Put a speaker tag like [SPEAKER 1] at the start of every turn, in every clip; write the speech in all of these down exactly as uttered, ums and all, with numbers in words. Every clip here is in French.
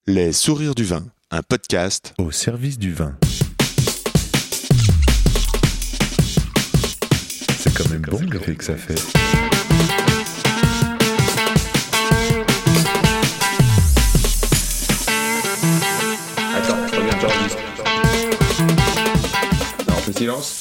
[SPEAKER 1] Les sourires du vin, un podcast
[SPEAKER 2] au service du vin. C'est quand même bon l'effet que ça fait.
[SPEAKER 3] Attends, regarde, j'enregistre. Non, on fait silence.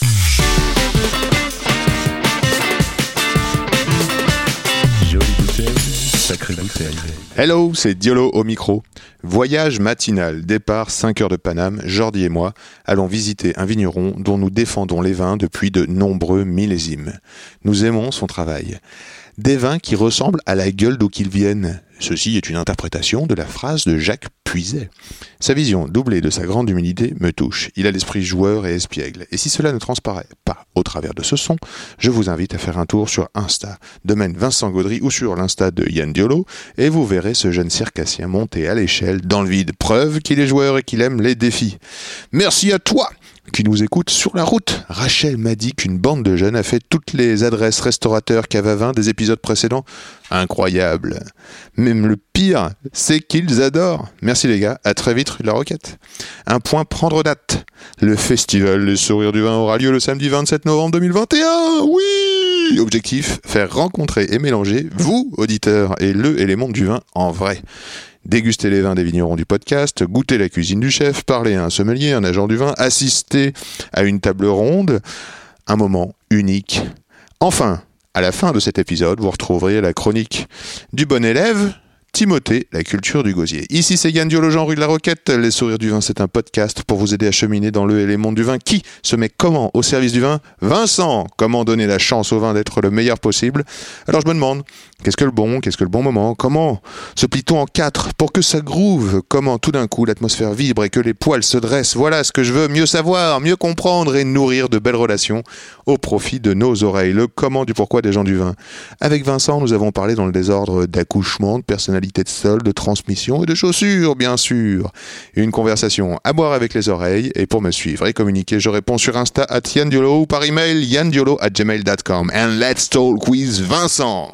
[SPEAKER 2] Jolie bouteille, sacrée bouteille.
[SPEAKER 1] Hello, c'est Diolo au micro. Voyage matinal, départ cinq heures de Paname, Jordi et moi allons visiter un vigneron dont nous défendons les vins depuis de nombreux millésimes. Nous aimons son travail. Des vins qui ressemblent à la gueule d'où qu'ils viennent. Ceci est une interprétation de la phrase de Jacques Puiset. Sa vision, doublée de sa grande humilité, me touche. Il a l'esprit joueur et espiègle. Et si cela ne transparaît pas au travers de ce son, je vous invite à faire un tour sur Insta, domaine Vincent Gaudry ou sur l'Insta de Yann Diolo, et vous verrez ce jeune circassien monter à l'échelle dans le vide. Preuve qu'il est joueur et qu'il aime les défis. Merci à toi qui nous écoute sur la route. Rachel m'a dit qu'une bande de jeunes a fait toutes les adresses restaurateurs cave à vin des épisodes précédents. Incroyable. Même le pire, c'est qu'ils adorent. Merci les gars, à très vite rue de la Roquette. Un point prendre date. Le festival Les Sourires du Vin aura lieu le samedi vingt-sept novembre deux mille vingt et un. Oui. Objectif, faire rencontrer et mélanger vous, auditeurs, et le élément du vin en vrai. Déguster les vins des vignerons du podcast, goûter la cuisine du chef, parler à un sommelier, un agent du vin, assister à une table ronde, un moment unique. Enfin, à la fin de cet épisode, vous retrouverez la chronique du bon élève, Timothée, la culture du gosier. Ici, c'est Yann Diolo, Jean rue de la Roquette. Les Sourires du Vin, c'est un podcast pour vous aider à cheminer dans le et les mondes du vin. Qui se met comment au service du vin? Vincent, comment donner la chance au vin d'être le meilleur possible? Alors je me demande, qu'est-ce que le bon, qu'est-ce que le bon moment? Comment se plie-t-on en quatre pour que ça groove? Comment tout d'un coup l'atmosphère vibre et que les poils se dressent? Voilà ce que je veux mieux savoir, mieux comprendre et nourrir de belles relations au profit de nos oreilles. Le comment du pourquoi des gens du vin. Avec Vincent, nous avons parlé dans le désordre d'accouchement, de personnalité de sol, de transmission et de chaussures, bien sûr. Une conversation à boire avec les oreilles. Et pour me suivre et communiquer, je réponds sur Insta at Yann Diolo ou par email yandiolo at gmail dot com. And let's talk with Vincent.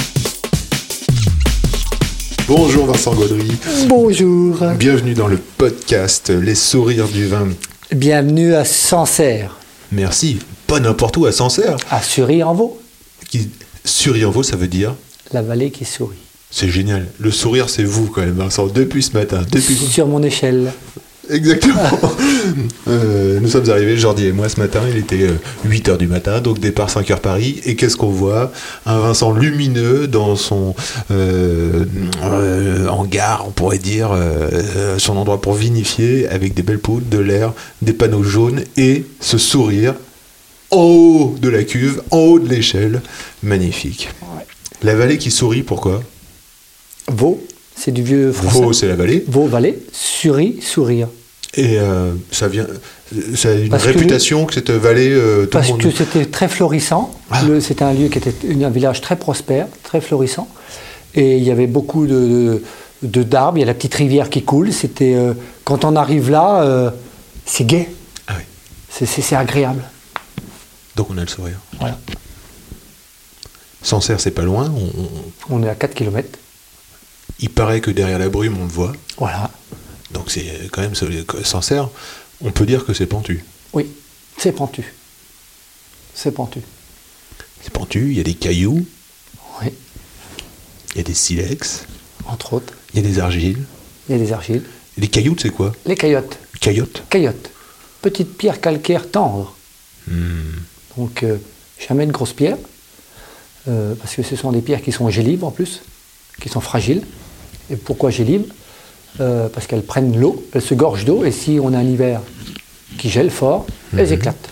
[SPEAKER 1] Bonjour Vincent Gaudry.
[SPEAKER 4] Bonjour.
[SPEAKER 1] Bienvenue dans le podcast Les Sourires du Vin.
[SPEAKER 4] Bienvenue à Sancerre.
[SPEAKER 1] Merci. Pas n'importe où, à Sancerre.
[SPEAKER 4] À Sury-en-Vaux.
[SPEAKER 1] Qui... Sury-en-Vaux, ça veut dire?
[SPEAKER 4] La vallée qui sourit.
[SPEAKER 1] C'est génial. Le sourire, c'est vous quand même, Vincent, depuis ce matin. Depuis...
[SPEAKER 4] Sur mon échelle.
[SPEAKER 1] Exactement. euh, nous sommes arrivés, Jordi et moi, ce matin. Il était euh, huit heures du matin, donc départ cinq heures Paris. Et qu'est-ce qu'on voit? Un Vincent lumineux dans son euh, euh, hangar, on pourrait dire, euh, son endroit pour vinifier, avec des belles poudres, de l'air, des panneaux jaunes et ce sourire en haut de la cuve, en haut de l'échelle. Magnifique. Ouais. La vallée qui sourit, pourquoi?
[SPEAKER 4] Vaux, c'est du vieux français.
[SPEAKER 1] Vaux, c'est la vallée.
[SPEAKER 4] Vaux, vallée. Sury, sourire.
[SPEAKER 1] Et euh, ça vient, ça a une
[SPEAKER 4] parce
[SPEAKER 1] réputation que, que cette vallée. Euh, tout
[SPEAKER 4] parce
[SPEAKER 1] le monde...
[SPEAKER 4] que c'était très florissant. Ah. Le, c'était un lieu qui était un village très prospère, très florissant. Et il y avait beaucoup de, de, de d'arbres. Il y a la petite rivière qui coule. C'était euh, quand on arrive là, euh, c'est gai.
[SPEAKER 1] Ah oui.
[SPEAKER 4] C'est, c'est, c'est agréable.
[SPEAKER 1] Donc on a le sourire.
[SPEAKER 4] Voilà.
[SPEAKER 1] Sancerre, c'est pas loin. On,
[SPEAKER 4] on est à quatre kilomètres.
[SPEAKER 1] Il paraît que derrière la brume, on le voit.
[SPEAKER 4] Voilà.
[SPEAKER 1] Donc c'est quand même Sancerre, on peut dire que c'est pentu.
[SPEAKER 4] Oui, c'est pentu. C'est pentu.
[SPEAKER 1] C'est pentu, il y a des cailloux.
[SPEAKER 4] Oui.
[SPEAKER 1] Il y a des silex.
[SPEAKER 4] Entre autres.
[SPEAKER 1] Il y a des argiles.
[SPEAKER 4] Il y a des argiles.
[SPEAKER 1] Et les cailloutes, c'est quoi?
[SPEAKER 4] Les caillottes.
[SPEAKER 1] Caillottes.
[SPEAKER 4] Caillottes. Petites pierres calcaires tendres.
[SPEAKER 1] Hmm.
[SPEAKER 4] Donc, euh, jamais de grosses pierres. Euh, parce que ce sont des pierres qui sont gélibres en plus, qui sont fragiles. Et pourquoi gélibres? euh, Parce qu'elles prennent l'eau, elles se gorgent d'eau, et si on a un hiver qui gèle fort, mm-hmm. elles éclatent.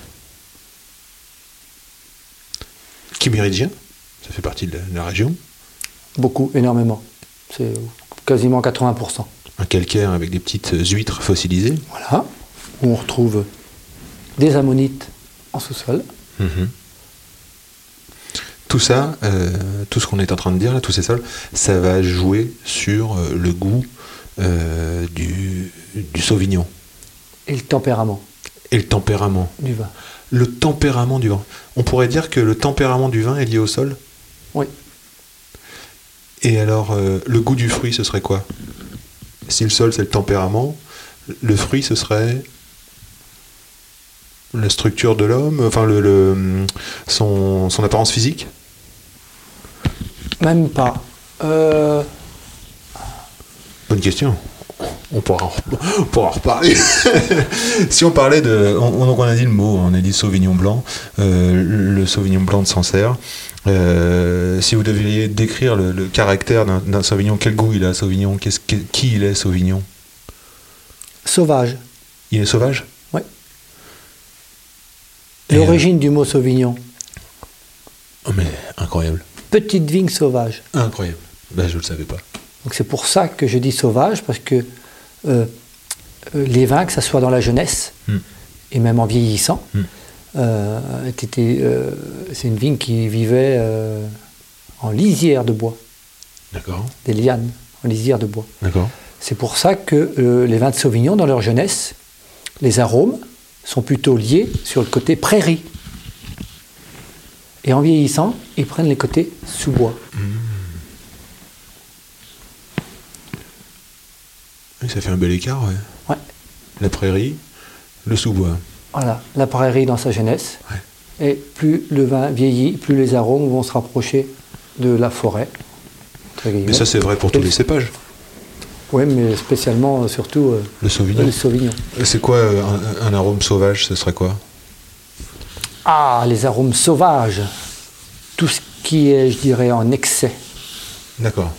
[SPEAKER 1] Quiméridien, ça fait partie de la, de la région?
[SPEAKER 4] Beaucoup, énormément. C'est quasiment quatre-vingts pour cent.
[SPEAKER 1] Un calcaire avec des petites huîtres fossilisées?
[SPEAKER 4] Voilà, où on retrouve des ammonites en sous-sol.
[SPEAKER 1] Mm-hmm. Tout ça, euh, tout ce qu'on est en train de dire, là, tous ces sols, ça va jouer sur euh, le goût euh, du, du Sauvignon.
[SPEAKER 4] Et le tempérament.
[SPEAKER 1] Et le tempérament.
[SPEAKER 4] Du vin.
[SPEAKER 1] Le tempérament du vin. On pourrait dire que le tempérament du vin est lié au sol?
[SPEAKER 4] Oui.
[SPEAKER 1] Et alors, euh, le goût du fruit, ce serait quoi? Si le sol, c'est le tempérament, le fruit, ce serait la structure de l'homme, enfin le, le- son, son apparence physique.
[SPEAKER 4] Même pas. Euh,
[SPEAKER 1] Bonne question. On pourra en, on pourra en reparler. Si on parlait de... On, donc on a dit le mot, on a dit Sauvignon blanc, euh, le Sauvignon blanc de Sancerre. Euh, si vous deviez décrire le, le caractère d'un, d'un Sauvignon, quel goût il a, Sauvignon, Qu'est-ce, que- qui il est, Sauvignon?
[SPEAKER 4] sauvage.
[SPEAKER 1] Il est sauvage?
[SPEAKER 4] Ouais.
[SPEAKER 1] Et,
[SPEAKER 4] L'origine du mot Sauvignon.
[SPEAKER 1] Oh mais incroyable.
[SPEAKER 4] Petite vigne sauvage.
[SPEAKER 1] Incroyable. Ben, je ne le savais pas.
[SPEAKER 4] Donc c'est pour ça que je dis sauvage, parce que euh, euh, les vins, que ce soit dans la jeunesse,
[SPEAKER 1] Hmm.
[SPEAKER 4] et même en vieillissant,
[SPEAKER 1] Hmm.
[SPEAKER 4] euh, étaient, euh, c'est une vigne qui vivait euh, en lisière de bois,
[SPEAKER 1] D'accord.
[SPEAKER 4] des lianes en lisière de bois.
[SPEAKER 1] D'accord.
[SPEAKER 4] C'est pour ça que euh, les vins de Sauvignon, dans leur jeunesse, les arômes sont plutôt liés sur le côté prairie. Et en vieillissant, ils prennent les côtés sous-bois.
[SPEAKER 1] Oui, ça fait un bel écart, ouais.
[SPEAKER 4] Ouais.
[SPEAKER 1] La prairie, le sous-bois.
[SPEAKER 4] Voilà, la prairie dans sa jeunesse.
[SPEAKER 1] Ouais.
[SPEAKER 4] Et plus le vin vieillit, plus les arômes vont se rapprocher de la forêt. entre guillemets.
[SPEAKER 1] Mais ça, c'est vrai pour tous les cépages.
[SPEAKER 4] Oui, mais spécialement, euh, surtout, euh,
[SPEAKER 1] Le Sauvignon.
[SPEAKER 4] le Sauvignon.
[SPEAKER 1] C'est quoi euh, un, un arôme sauvage? Ce serait quoi?
[SPEAKER 4] Ah, les arômes sauvages. Tout ce qui est, je dirais, en excès.
[SPEAKER 1] D'accord.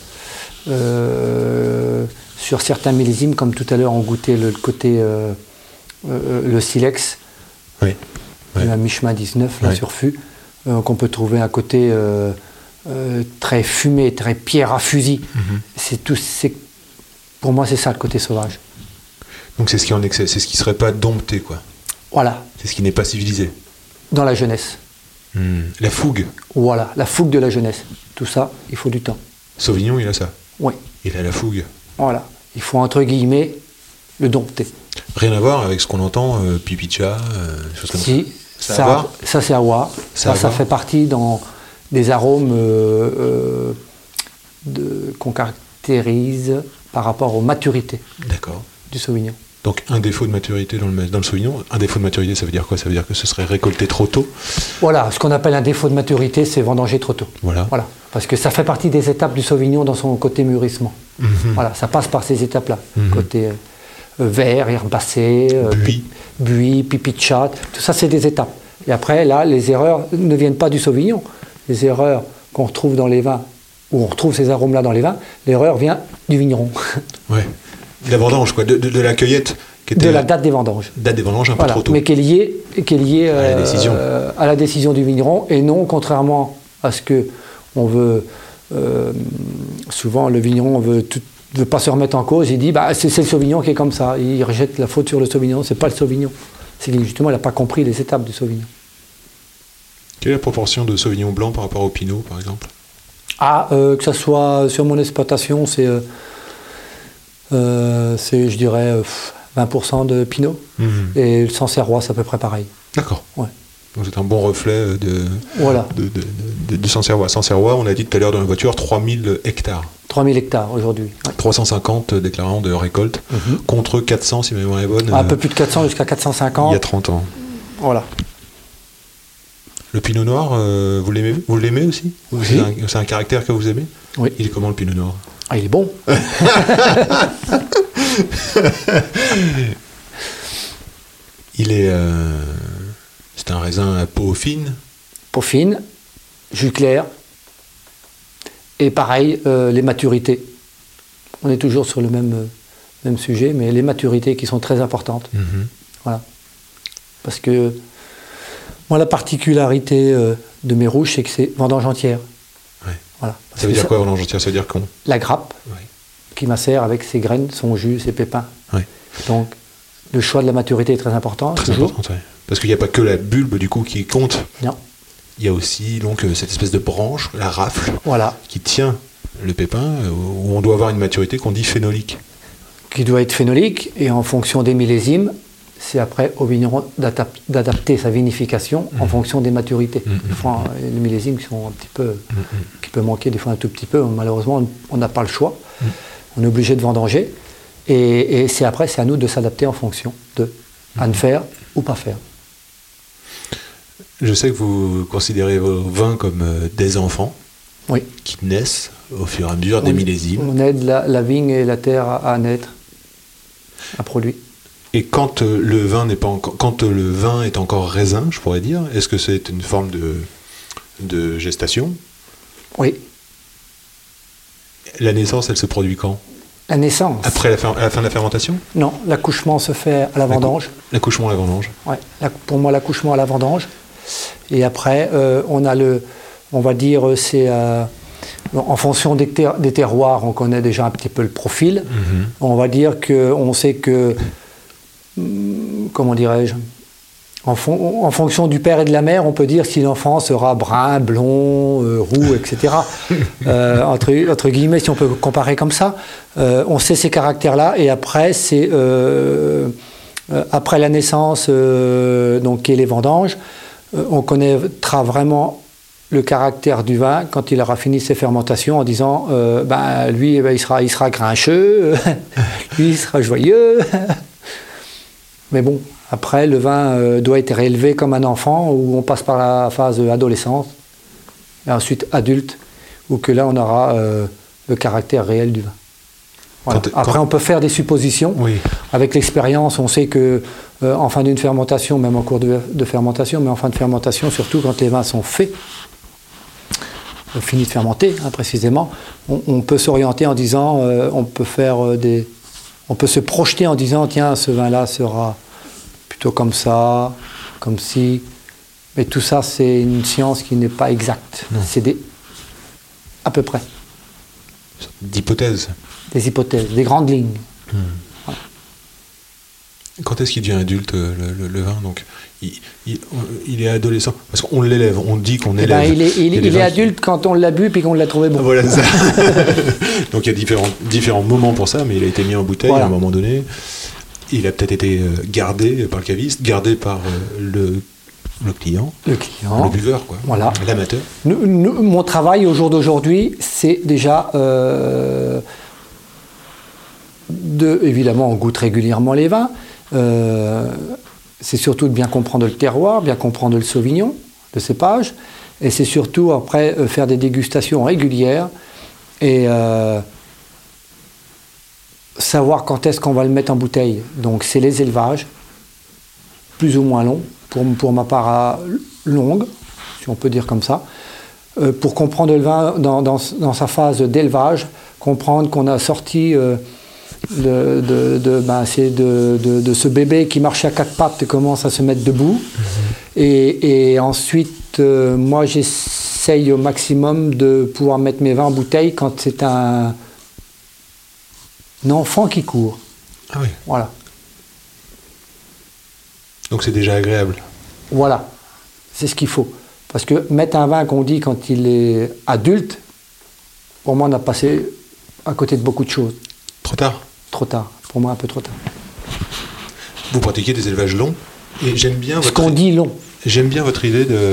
[SPEAKER 4] Euh, sur certains millésimes, comme tout à l'heure, on goûtait le, le côté, euh, euh, le silex,
[SPEAKER 1] Oui. Ouais.
[SPEAKER 4] la mi-chemin dix-neuf, là,
[SPEAKER 1] Ouais.
[SPEAKER 4] sur fût, euh, qu'on peut trouver un côté euh, euh, très fumé, très pierre à fusil.
[SPEAKER 1] Mhm.
[SPEAKER 4] C'est tout, c'est, pour moi, c'est ça le côté sauvage.
[SPEAKER 1] Donc c'est ce qui est en excès, c'est ce qui serait pas dompté, quoi.
[SPEAKER 4] Voilà,
[SPEAKER 1] C'est ce qui n'est pas civilisé.
[SPEAKER 4] dans la jeunesse.
[SPEAKER 1] Hmm. La fougue.
[SPEAKER 4] Voilà, la fougue de la jeunesse. Tout ça, il faut du temps.
[SPEAKER 1] Sauvignon, il a ça.
[SPEAKER 4] Oui,
[SPEAKER 1] Il a la fougue.
[SPEAKER 4] voilà. Il faut, entre guillemets, le dompter.
[SPEAKER 1] Rien à voir avec ce qu'on entend, euh, pipicha, euh, des choses comme
[SPEAKER 4] Si,
[SPEAKER 1] ça. Ça a à
[SPEAKER 4] ça,
[SPEAKER 1] voir
[SPEAKER 4] ça c'est à voir.
[SPEAKER 1] Ça a
[SPEAKER 4] Ça,
[SPEAKER 1] à
[SPEAKER 4] ça
[SPEAKER 1] voir.
[SPEAKER 4] fait partie dans des arômes euh, euh, de- qu'on caractérise par rapport aux maturités
[SPEAKER 1] D'accord.
[SPEAKER 4] du Sauvignon.
[SPEAKER 1] Donc un défaut de maturité dans le, dans le Sauvignon. Un défaut de maturité, ça veut dire quoi? Ça veut dire que ce serait récolté trop tôt.
[SPEAKER 4] Voilà, ce qu'on appelle un défaut de maturité, c'est vendanger trop tôt.
[SPEAKER 1] Voilà.
[SPEAKER 4] Voilà, parce que ça fait partie des étapes du Sauvignon dans son côté mûrissement.
[SPEAKER 1] Mhm.
[SPEAKER 4] Voilà, ça passe par ces étapes-là.
[SPEAKER 1] Mhm.
[SPEAKER 4] Côté euh, euh, vert, herbacé, euh,
[SPEAKER 1] Buis.
[SPEAKER 4] pi- buis, pipi de chat, tout ça, c'est des étapes. Et après, là, les erreurs ne viennent pas du Sauvignon. Les erreurs qu'on retrouve dans les vins, où on retrouve ces arômes-là dans les vins, l'erreur vient du vigneron,
[SPEAKER 1] Ouais. De la vendange, quoi. De, de- de la cueillette. Qui était
[SPEAKER 4] de la date des vendanges.
[SPEAKER 1] date des vendanges un peu
[SPEAKER 4] Voilà,
[SPEAKER 1] trop tôt.
[SPEAKER 4] mais qui est liée, qui est liée,
[SPEAKER 1] À la
[SPEAKER 4] euh,
[SPEAKER 1] décision.
[SPEAKER 4] euh, à la décision du vigneron, et non, contrairement à ce que on veut, euh, souvent le vigneron veut, tout- veut pas se remettre en cause, il dit bah, c'est, c'est le Sauvignon qui est comme ça, il rejette la faute sur le Sauvignon, c'est pas le Sauvignon. C'est que justement, il n'a pas compris les étapes du Sauvignon.
[SPEAKER 1] Quelle est la proportion de Sauvignon blanc par rapport au Pinot, par exemple?
[SPEAKER 4] Ah, euh, que ça soit sur mon exploitation, c'est, euh, euh, c'est je dirais, euh, vingt pour cent de Pinot,
[SPEAKER 1] Mhm.
[SPEAKER 4] et le Sancerrois, c'est à peu près pareil.
[SPEAKER 1] D'accord.
[SPEAKER 4] Ouais.
[SPEAKER 1] Donc c'est un bon reflet euh, de,
[SPEAKER 4] Voilà,
[SPEAKER 1] de, de, de, de Sancerrois. Sancerrois, on a dit tout à l'heure dans la voiture, trois mille hectares.
[SPEAKER 4] trois mille hectares aujourd'hui. Ouais.
[SPEAKER 1] trois cent cinquante déclarants de récolte,
[SPEAKER 4] Mhm.
[SPEAKER 1] contre quatre cents, si ma mémoire est bonne,
[SPEAKER 4] Un
[SPEAKER 1] euh,
[SPEAKER 4] peu plus de quatre cents jusqu'à quatre cent cinquante.
[SPEAKER 1] il y a trente ans.
[SPEAKER 4] Voilà.
[SPEAKER 1] Le Pinot Noir, euh, vous l'aimez vous l'aimez aussi? Ou c'est, un, c'est un caractère que vous aimez?
[SPEAKER 4] Oui.
[SPEAKER 1] Il est comment le Pinot Noir?
[SPEAKER 4] Ah, il est bon.
[SPEAKER 1] Il est... euh, c'est un raisin à peau fine.
[SPEAKER 4] Peau fine, jus clair. Et pareil, euh, les maturités. On est toujours sur le même, euh, même sujet, mais les maturités qui sont très importantes.
[SPEAKER 1] Mhm.
[SPEAKER 4] Voilà. Parce que moi, la particularité euh, de mes rouges, c'est que c'est vendange entière.
[SPEAKER 1] Ouais.
[SPEAKER 4] Voilà. Parce
[SPEAKER 1] Ça veut
[SPEAKER 4] que
[SPEAKER 1] dire
[SPEAKER 4] ça-
[SPEAKER 1] quoi, vendange entière? Ça veut dire qu'on...
[SPEAKER 4] La grappe
[SPEAKER 1] Ouais.
[SPEAKER 4] qui macère avec ses graines, son jus, ses pépins.
[SPEAKER 1] Ouais.
[SPEAKER 4] Donc, le choix de la maturité est très important.
[SPEAKER 1] Très
[SPEAKER 4] toujours.
[SPEAKER 1] importante, ouais. Parce qu'il n'y a pas que la bulbe, du coup, qui compte.
[SPEAKER 4] Non.
[SPEAKER 1] Il y a aussi donc euh, cette espèce de branche, la rafle,
[SPEAKER 4] Voilà.
[SPEAKER 1] qui tient le pépin, euh, où on doit avoir une maturité qu'on dit phénolique.
[SPEAKER 4] Qui doit être phénolique, et en fonction des millésimes, c'est après au vigneron d'adap- d'adapter sa vinification en fonction des maturités.
[SPEAKER 1] Mhm.
[SPEAKER 4] Des fois, euh, les millésimes qui sont un petit peu, qui peut manquer des fois un tout petit peu, malheureusement, on n'a pas le choix. On est obligé de vendanger. Et, et c'est après, c'est à nous de s'adapter en fonction de à ne faire ou pas faire.
[SPEAKER 1] Je sais que vous considérez vos vins comme euh, des enfants
[SPEAKER 4] Oui.
[SPEAKER 1] qui naissent au fur et à mesure des
[SPEAKER 4] On-
[SPEAKER 1] millésimes.
[SPEAKER 4] On aide la, la vigne et la terre à, à naître, à produire.
[SPEAKER 1] Et quand euh, le vin n'est pas encore, quand euh, le vin est encore raisin, je pourrais dire, est-ce que c'est une forme de, de gestation?
[SPEAKER 4] Oui.
[SPEAKER 1] La naissance, elle se produit quand?
[SPEAKER 4] La naissance.
[SPEAKER 1] Après la, fer- à la fin de la fermentation?
[SPEAKER 4] Non, l'accouchement se fait à la vendange.
[SPEAKER 1] L'accouchement à la vendange.
[SPEAKER 4] Ouais, la- pour moi, l'accouchement à la vendange. Et après, euh, on a le, on va dire, c'est euh, en fonction des, ter- des terroirs, on connaît déjà un petit peu le profil.
[SPEAKER 1] Mhm.
[SPEAKER 4] On va dire que, on sait que, hum, comment dirais-je, en, fon- en fonction du père et de la mère, on peut dire si l'enfant sera brun, blond, euh, roux, et cetera. Euh, entre, entre guillemets, si on peut comparer comme ça, euh, on sait ces caractères-là. Et après, c'est euh, euh, après la naissance, euh, donc et les vendanges, euh, on connaîtra vraiment le caractère du vin quand il aura fini ses fermentations en disant euh, ben, lui eh ben, il, sera, il sera grincheux, lui il sera joyeux. Mais bon, après le vin euh, doit être élevé comme un enfant où on passe par la phase adolescence et ensuite adulte où que là on aura euh, le caractère réel du vin. Voilà.
[SPEAKER 1] Quand-
[SPEAKER 4] Après
[SPEAKER 1] quand-
[SPEAKER 4] on peut faire des suppositions.
[SPEAKER 1] Oui.
[SPEAKER 4] Avec l'expérience, on sait que euh, en fin d'une fermentation, même en cours de, de fermentation, mais en fin de fermentation, surtout quand les vins sont faits, euh, finis de fermenter hein, précisément, on, on peut s'orienter en disant, euh, on peut faire euh, des, on peut se projeter en disant, tiens, ce vin-là sera plutôt comme ça, comme si. Mais tout ça, c'est une science qui n'est pas exacte.
[SPEAKER 1] Non.
[SPEAKER 4] C'est des, à peu près,
[SPEAKER 1] D'hypothèse.
[SPEAKER 4] des hypothèses, des grandes lignes.
[SPEAKER 1] Quand est-ce qu'il devient adulte, euh, le, le- le vin? Donc, il, il- il est adolescent. Parce qu'on l'élève, on dit qu'on
[SPEAKER 4] Eh
[SPEAKER 1] élève.
[SPEAKER 4] ben, il est, il-
[SPEAKER 1] Il y a des
[SPEAKER 4] il est
[SPEAKER 1] gens qui-
[SPEAKER 4] adulte quand on l'a bu puis qu'on l'a trouvé bon.
[SPEAKER 1] Voilà ça. Donc il y a différents, différents moments pour ça, mais il a été mis en bouteille
[SPEAKER 4] Voilà.
[SPEAKER 1] à un moment donné. Il a peut-être été euh, gardé par le caviste, gardé par euh, le, le client,
[SPEAKER 4] Le
[SPEAKER 1] le
[SPEAKER 4] client.
[SPEAKER 1] buveur, quoi,
[SPEAKER 4] Voilà.
[SPEAKER 1] l'amateur.
[SPEAKER 4] Nous- nous- mon travail au jour d'aujourd'hui, c'est déjà euh, de, évidemment, on goûte régulièrement les vins. Euh, c'est surtout de bien comprendre le terroir, bien comprendre le sauvignon, le cépage, et c'est surtout après euh, faire des dégustations régulières et euh, savoir quand est-ce qu'on va le mettre en bouteille. Donc c'est les élevages, plus ou moins longs, pour, pour ma part à longue, si on peut dire comme ça, euh, pour comprendre le vin dans, dans, dans sa phase d'élevage, comprendre qu'on a sorti euh, de, de, de, ben, c'est de, de, de ce bébé qui marche à quatre pattes et commence à se mettre debout. Et, et ensuite, euh, moi j'essaye au maximum de pouvoir mettre mes vins en bouteille quand c'est un, un enfant qui court.
[SPEAKER 1] Ah oui.
[SPEAKER 4] Voilà.
[SPEAKER 1] Donc c'est déjà agréable.
[SPEAKER 4] Voilà, c'est ce qu'il faut. Parce que mettre un vin qu'on dit quand il est adulte, pour moi, on a passé à côté de beaucoup de choses.
[SPEAKER 1] Trop tard.
[SPEAKER 4] Trop tard. Pour moi, un peu trop tard.
[SPEAKER 1] Vous pratiquez des élevages longs. Et j'aime bien
[SPEAKER 4] Ce
[SPEAKER 1] votre,
[SPEAKER 4] qu'on dit long.
[SPEAKER 1] j'aime bien votre idée de,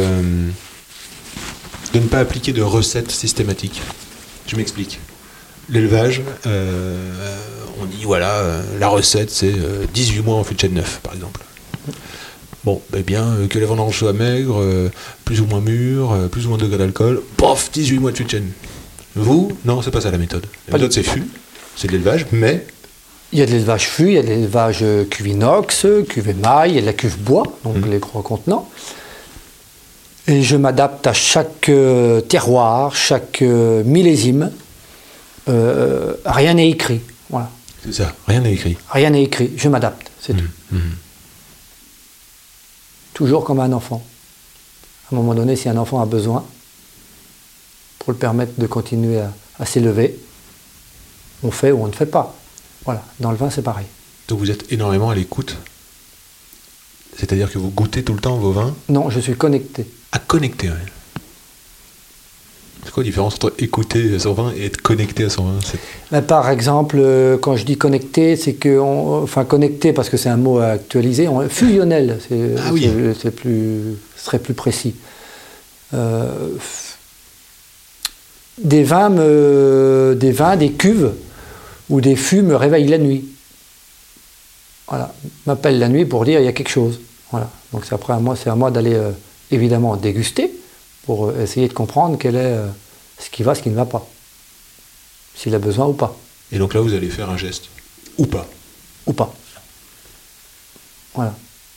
[SPEAKER 1] de ne pas appliquer de recettes systématiques. Je m'explique. L'élevage, euh, on dit voilà, euh, la recette c'est euh, dix-huit mois en fût de chêne neuf, par exemple. Bon, eh bien, euh, que les vendanges soient maigres, euh, plus ou moins mûres, euh, plus ou moins de degrés d'alcool, pof, dix-huit mois de fût de chêne. Vous, non, c'est pas ça la méthode. La
[SPEAKER 4] Pas
[SPEAKER 1] méthode c'est fût, c'est de l'élevage, mais
[SPEAKER 4] Il y a de l'élevage fût, il y a de l'élevage euh, cuve inox, cuve émail, il y a de la cuve bois, donc
[SPEAKER 1] Mhm.
[SPEAKER 4] les gros contenants. Et je m'adapte à chaque euh, terroir, chaque euh, millésime. Euh, rien n'est écrit. Voilà.
[SPEAKER 1] c'est ça, rien n'est écrit.
[SPEAKER 4] Rien n'est écrit. Je m'adapte. C'est tout.
[SPEAKER 1] Mhm.
[SPEAKER 4] Toujours comme un enfant. À un moment donné, si un enfant a besoin, pour le permettre de continuer à, à s'élever, on fait ou on ne fait pas. Voilà. Dans le vin, c'est pareil.
[SPEAKER 1] Donc vous êtes énormément à l'écoute. C'est-à-dire que vous goûtez tout le temps vos vins
[SPEAKER 4] Non, je suis connecté.
[SPEAKER 1] à connecter. Ouais. C'est quoi la différence entre écouter son vin et être connecté à son vin? C'est-
[SPEAKER 4] Ben, par exemple, euh, quand je dis connecté, c'est que, on- enfin connecté parce que c'est un mot à actualiser, on- fusionnel, c'est,
[SPEAKER 1] Ah oui.
[SPEAKER 4] c'est- c'est plus, ce serait plus précis. Euh, f- des vins, me- des vins, des cuves ou des fûts me réveillent la nuit. voilà, m'appelle la nuit pour dire il y a quelque chose. Voilà. Donc c'est après à moi, c'est à moi d'aller euh, évidemment déguster pour euh, essayer de comprendre quel est euh, ce qui va, ce qui ne va pas. S'il a besoin ou pas.
[SPEAKER 1] Et donc là, vous allez faire un geste. Ou pas.
[SPEAKER 4] Ou pas. Voilà.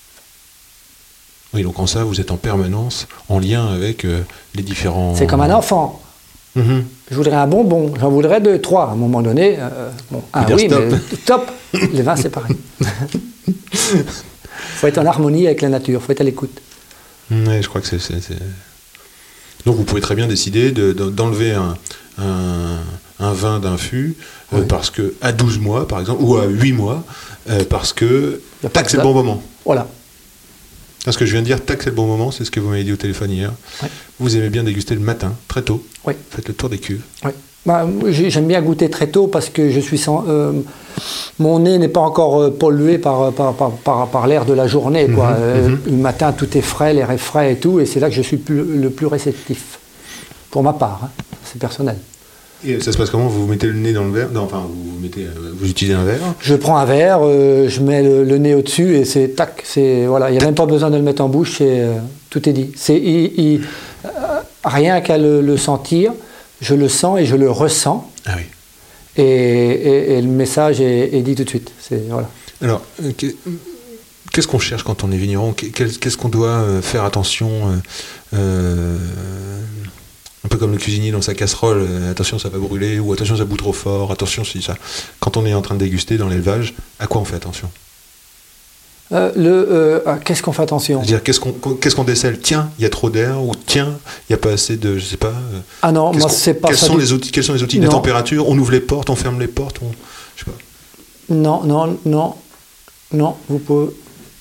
[SPEAKER 1] Oui, donc en ça, vous êtes en permanence en lien avec euh, les différents...
[SPEAKER 4] C'est comme un enfant.
[SPEAKER 1] Mm-hmm.
[SPEAKER 4] Je voudrais un bonbon, j'en voudrais deux, trois. À un moment donné, euh, bon, un
[SPEAKER 1] dire
[SPEAKER 4] oui,
[SPEAKER 1] stop.
[SPEAKER 4] mais top. Les vins, c'est pareil. Il faut être en harmonie avec la nature, il faut être à l'écoute.
[SPEAKER 1] Oui, je crois que c'est, c'est, c'est... Donc vous pouvez très bien décider de, de, d'enlever un, un, un vin d'un fût euh,
[SPEAKER 4] Oui.
[SPEAKER 1] parce que à douze mois, par exemple, ou à huit mois, euh, parce que
[SPEAKER 4] Y a pas
[SPEAKER 1] tac,
[SPEAKER 4] de
[SPEAKER 1] c'est le
[SPEAKER 4] date.
[SPEAKER 1] bon moment.
[SPEAKER 4] Voilà.
[SPEAKER 1] Ce que je viens de dire, tac, c'est le bon moment, c'est ce que vous m'avez dit au téléphone hier.
[SPEAKER 4] Ouais.
[SPEAKER 1] Vous aimez bien déguster le matin, très tôt.
[SPEAKER 4] Oui.
[SPEAKER 1] Faites le tour des cuves.
[SPEAKER 4] Oui. Bah, j'ai- j'aime bien goûter très tôt parce que je suis sans, euh, mon nez n'est pas encore euh, pollué par, par, par, par, par l'air de la journée. Quoi.
[SPEAKER 1] Mhm,
[SPEAKER 4] Euh,
[SPEAKER 1] mhm.
[SPEAKER 4] Le matin, tout est frais, l'air est frais et tout, et c'est là que je suis plus- le plus réceptif. Pour ma part, hein. C'est personnel.
[SPEAKER 1] Et ça se passe comment? Vous vous mettez le nez dans le verre? Non, enfin, vous, vous, mettez, euh, vous utilisez un verre?
[SPEAKER 4] Je prends un verre, euh, je mets le, le nez au-dessus et c'est tac, c'est voilà, il n'y a même pas besoin de le mettre en bouche, c'est, euh, tout est dit. C'est il- il- euh, rien qu'à le, le sentir, je le sens et je le ressens
[SPEAKER 1] Ah oui.
[SPEAKER 4] et, et- et le message est, est dit tout de suite. C'est voilà.
[SPEAKER 1] Alors, euh, qu'est- qu'est-ce qu'on cherche quand on est vigneron? Qu'est- Qu'est-ce qu'on doit euh, faire attention euh, euh, un peu comme le cuisinier dans sa casserole, euh, attention ça va brûler, ou attention ça bout trop fort, attention si ça. Quand on est en train de déguster dans l'élevage, à quoi on fait attention?
[SPEAKER 4] Euh, le, euh, ah, qu'est-ce qu'on fait attention?
[SPEAKER 1] C'est-à-dire qu'est-ce qu'on qu'est-ce qu'on décèle? Tiens, il y a trop d'air, ou tiens, il n'y a pas assez de, je sais pas. euh,
[SPEAKER 4] Ah non,
[SPEAKER 1] qu'est-ce
[SPEAKER 4] moi
[SPEAKER 1] qu'on-
[SPEAKER 4] c'est pas
[SPEAKER 1] quels
[SPEAKER 4] ça.
[SPEAKER 1] sont
[SPEAKER 4] du-
[SPEAKER 1] les outils? Quels sont les outils? La
[SPEAKER 4] Non.
[SPEAKER 1] température? On ouvre les portes, on ferme les portes, on, je sais pas.
[SPEAKER 4] Non, non, non, non. Vous pouvez,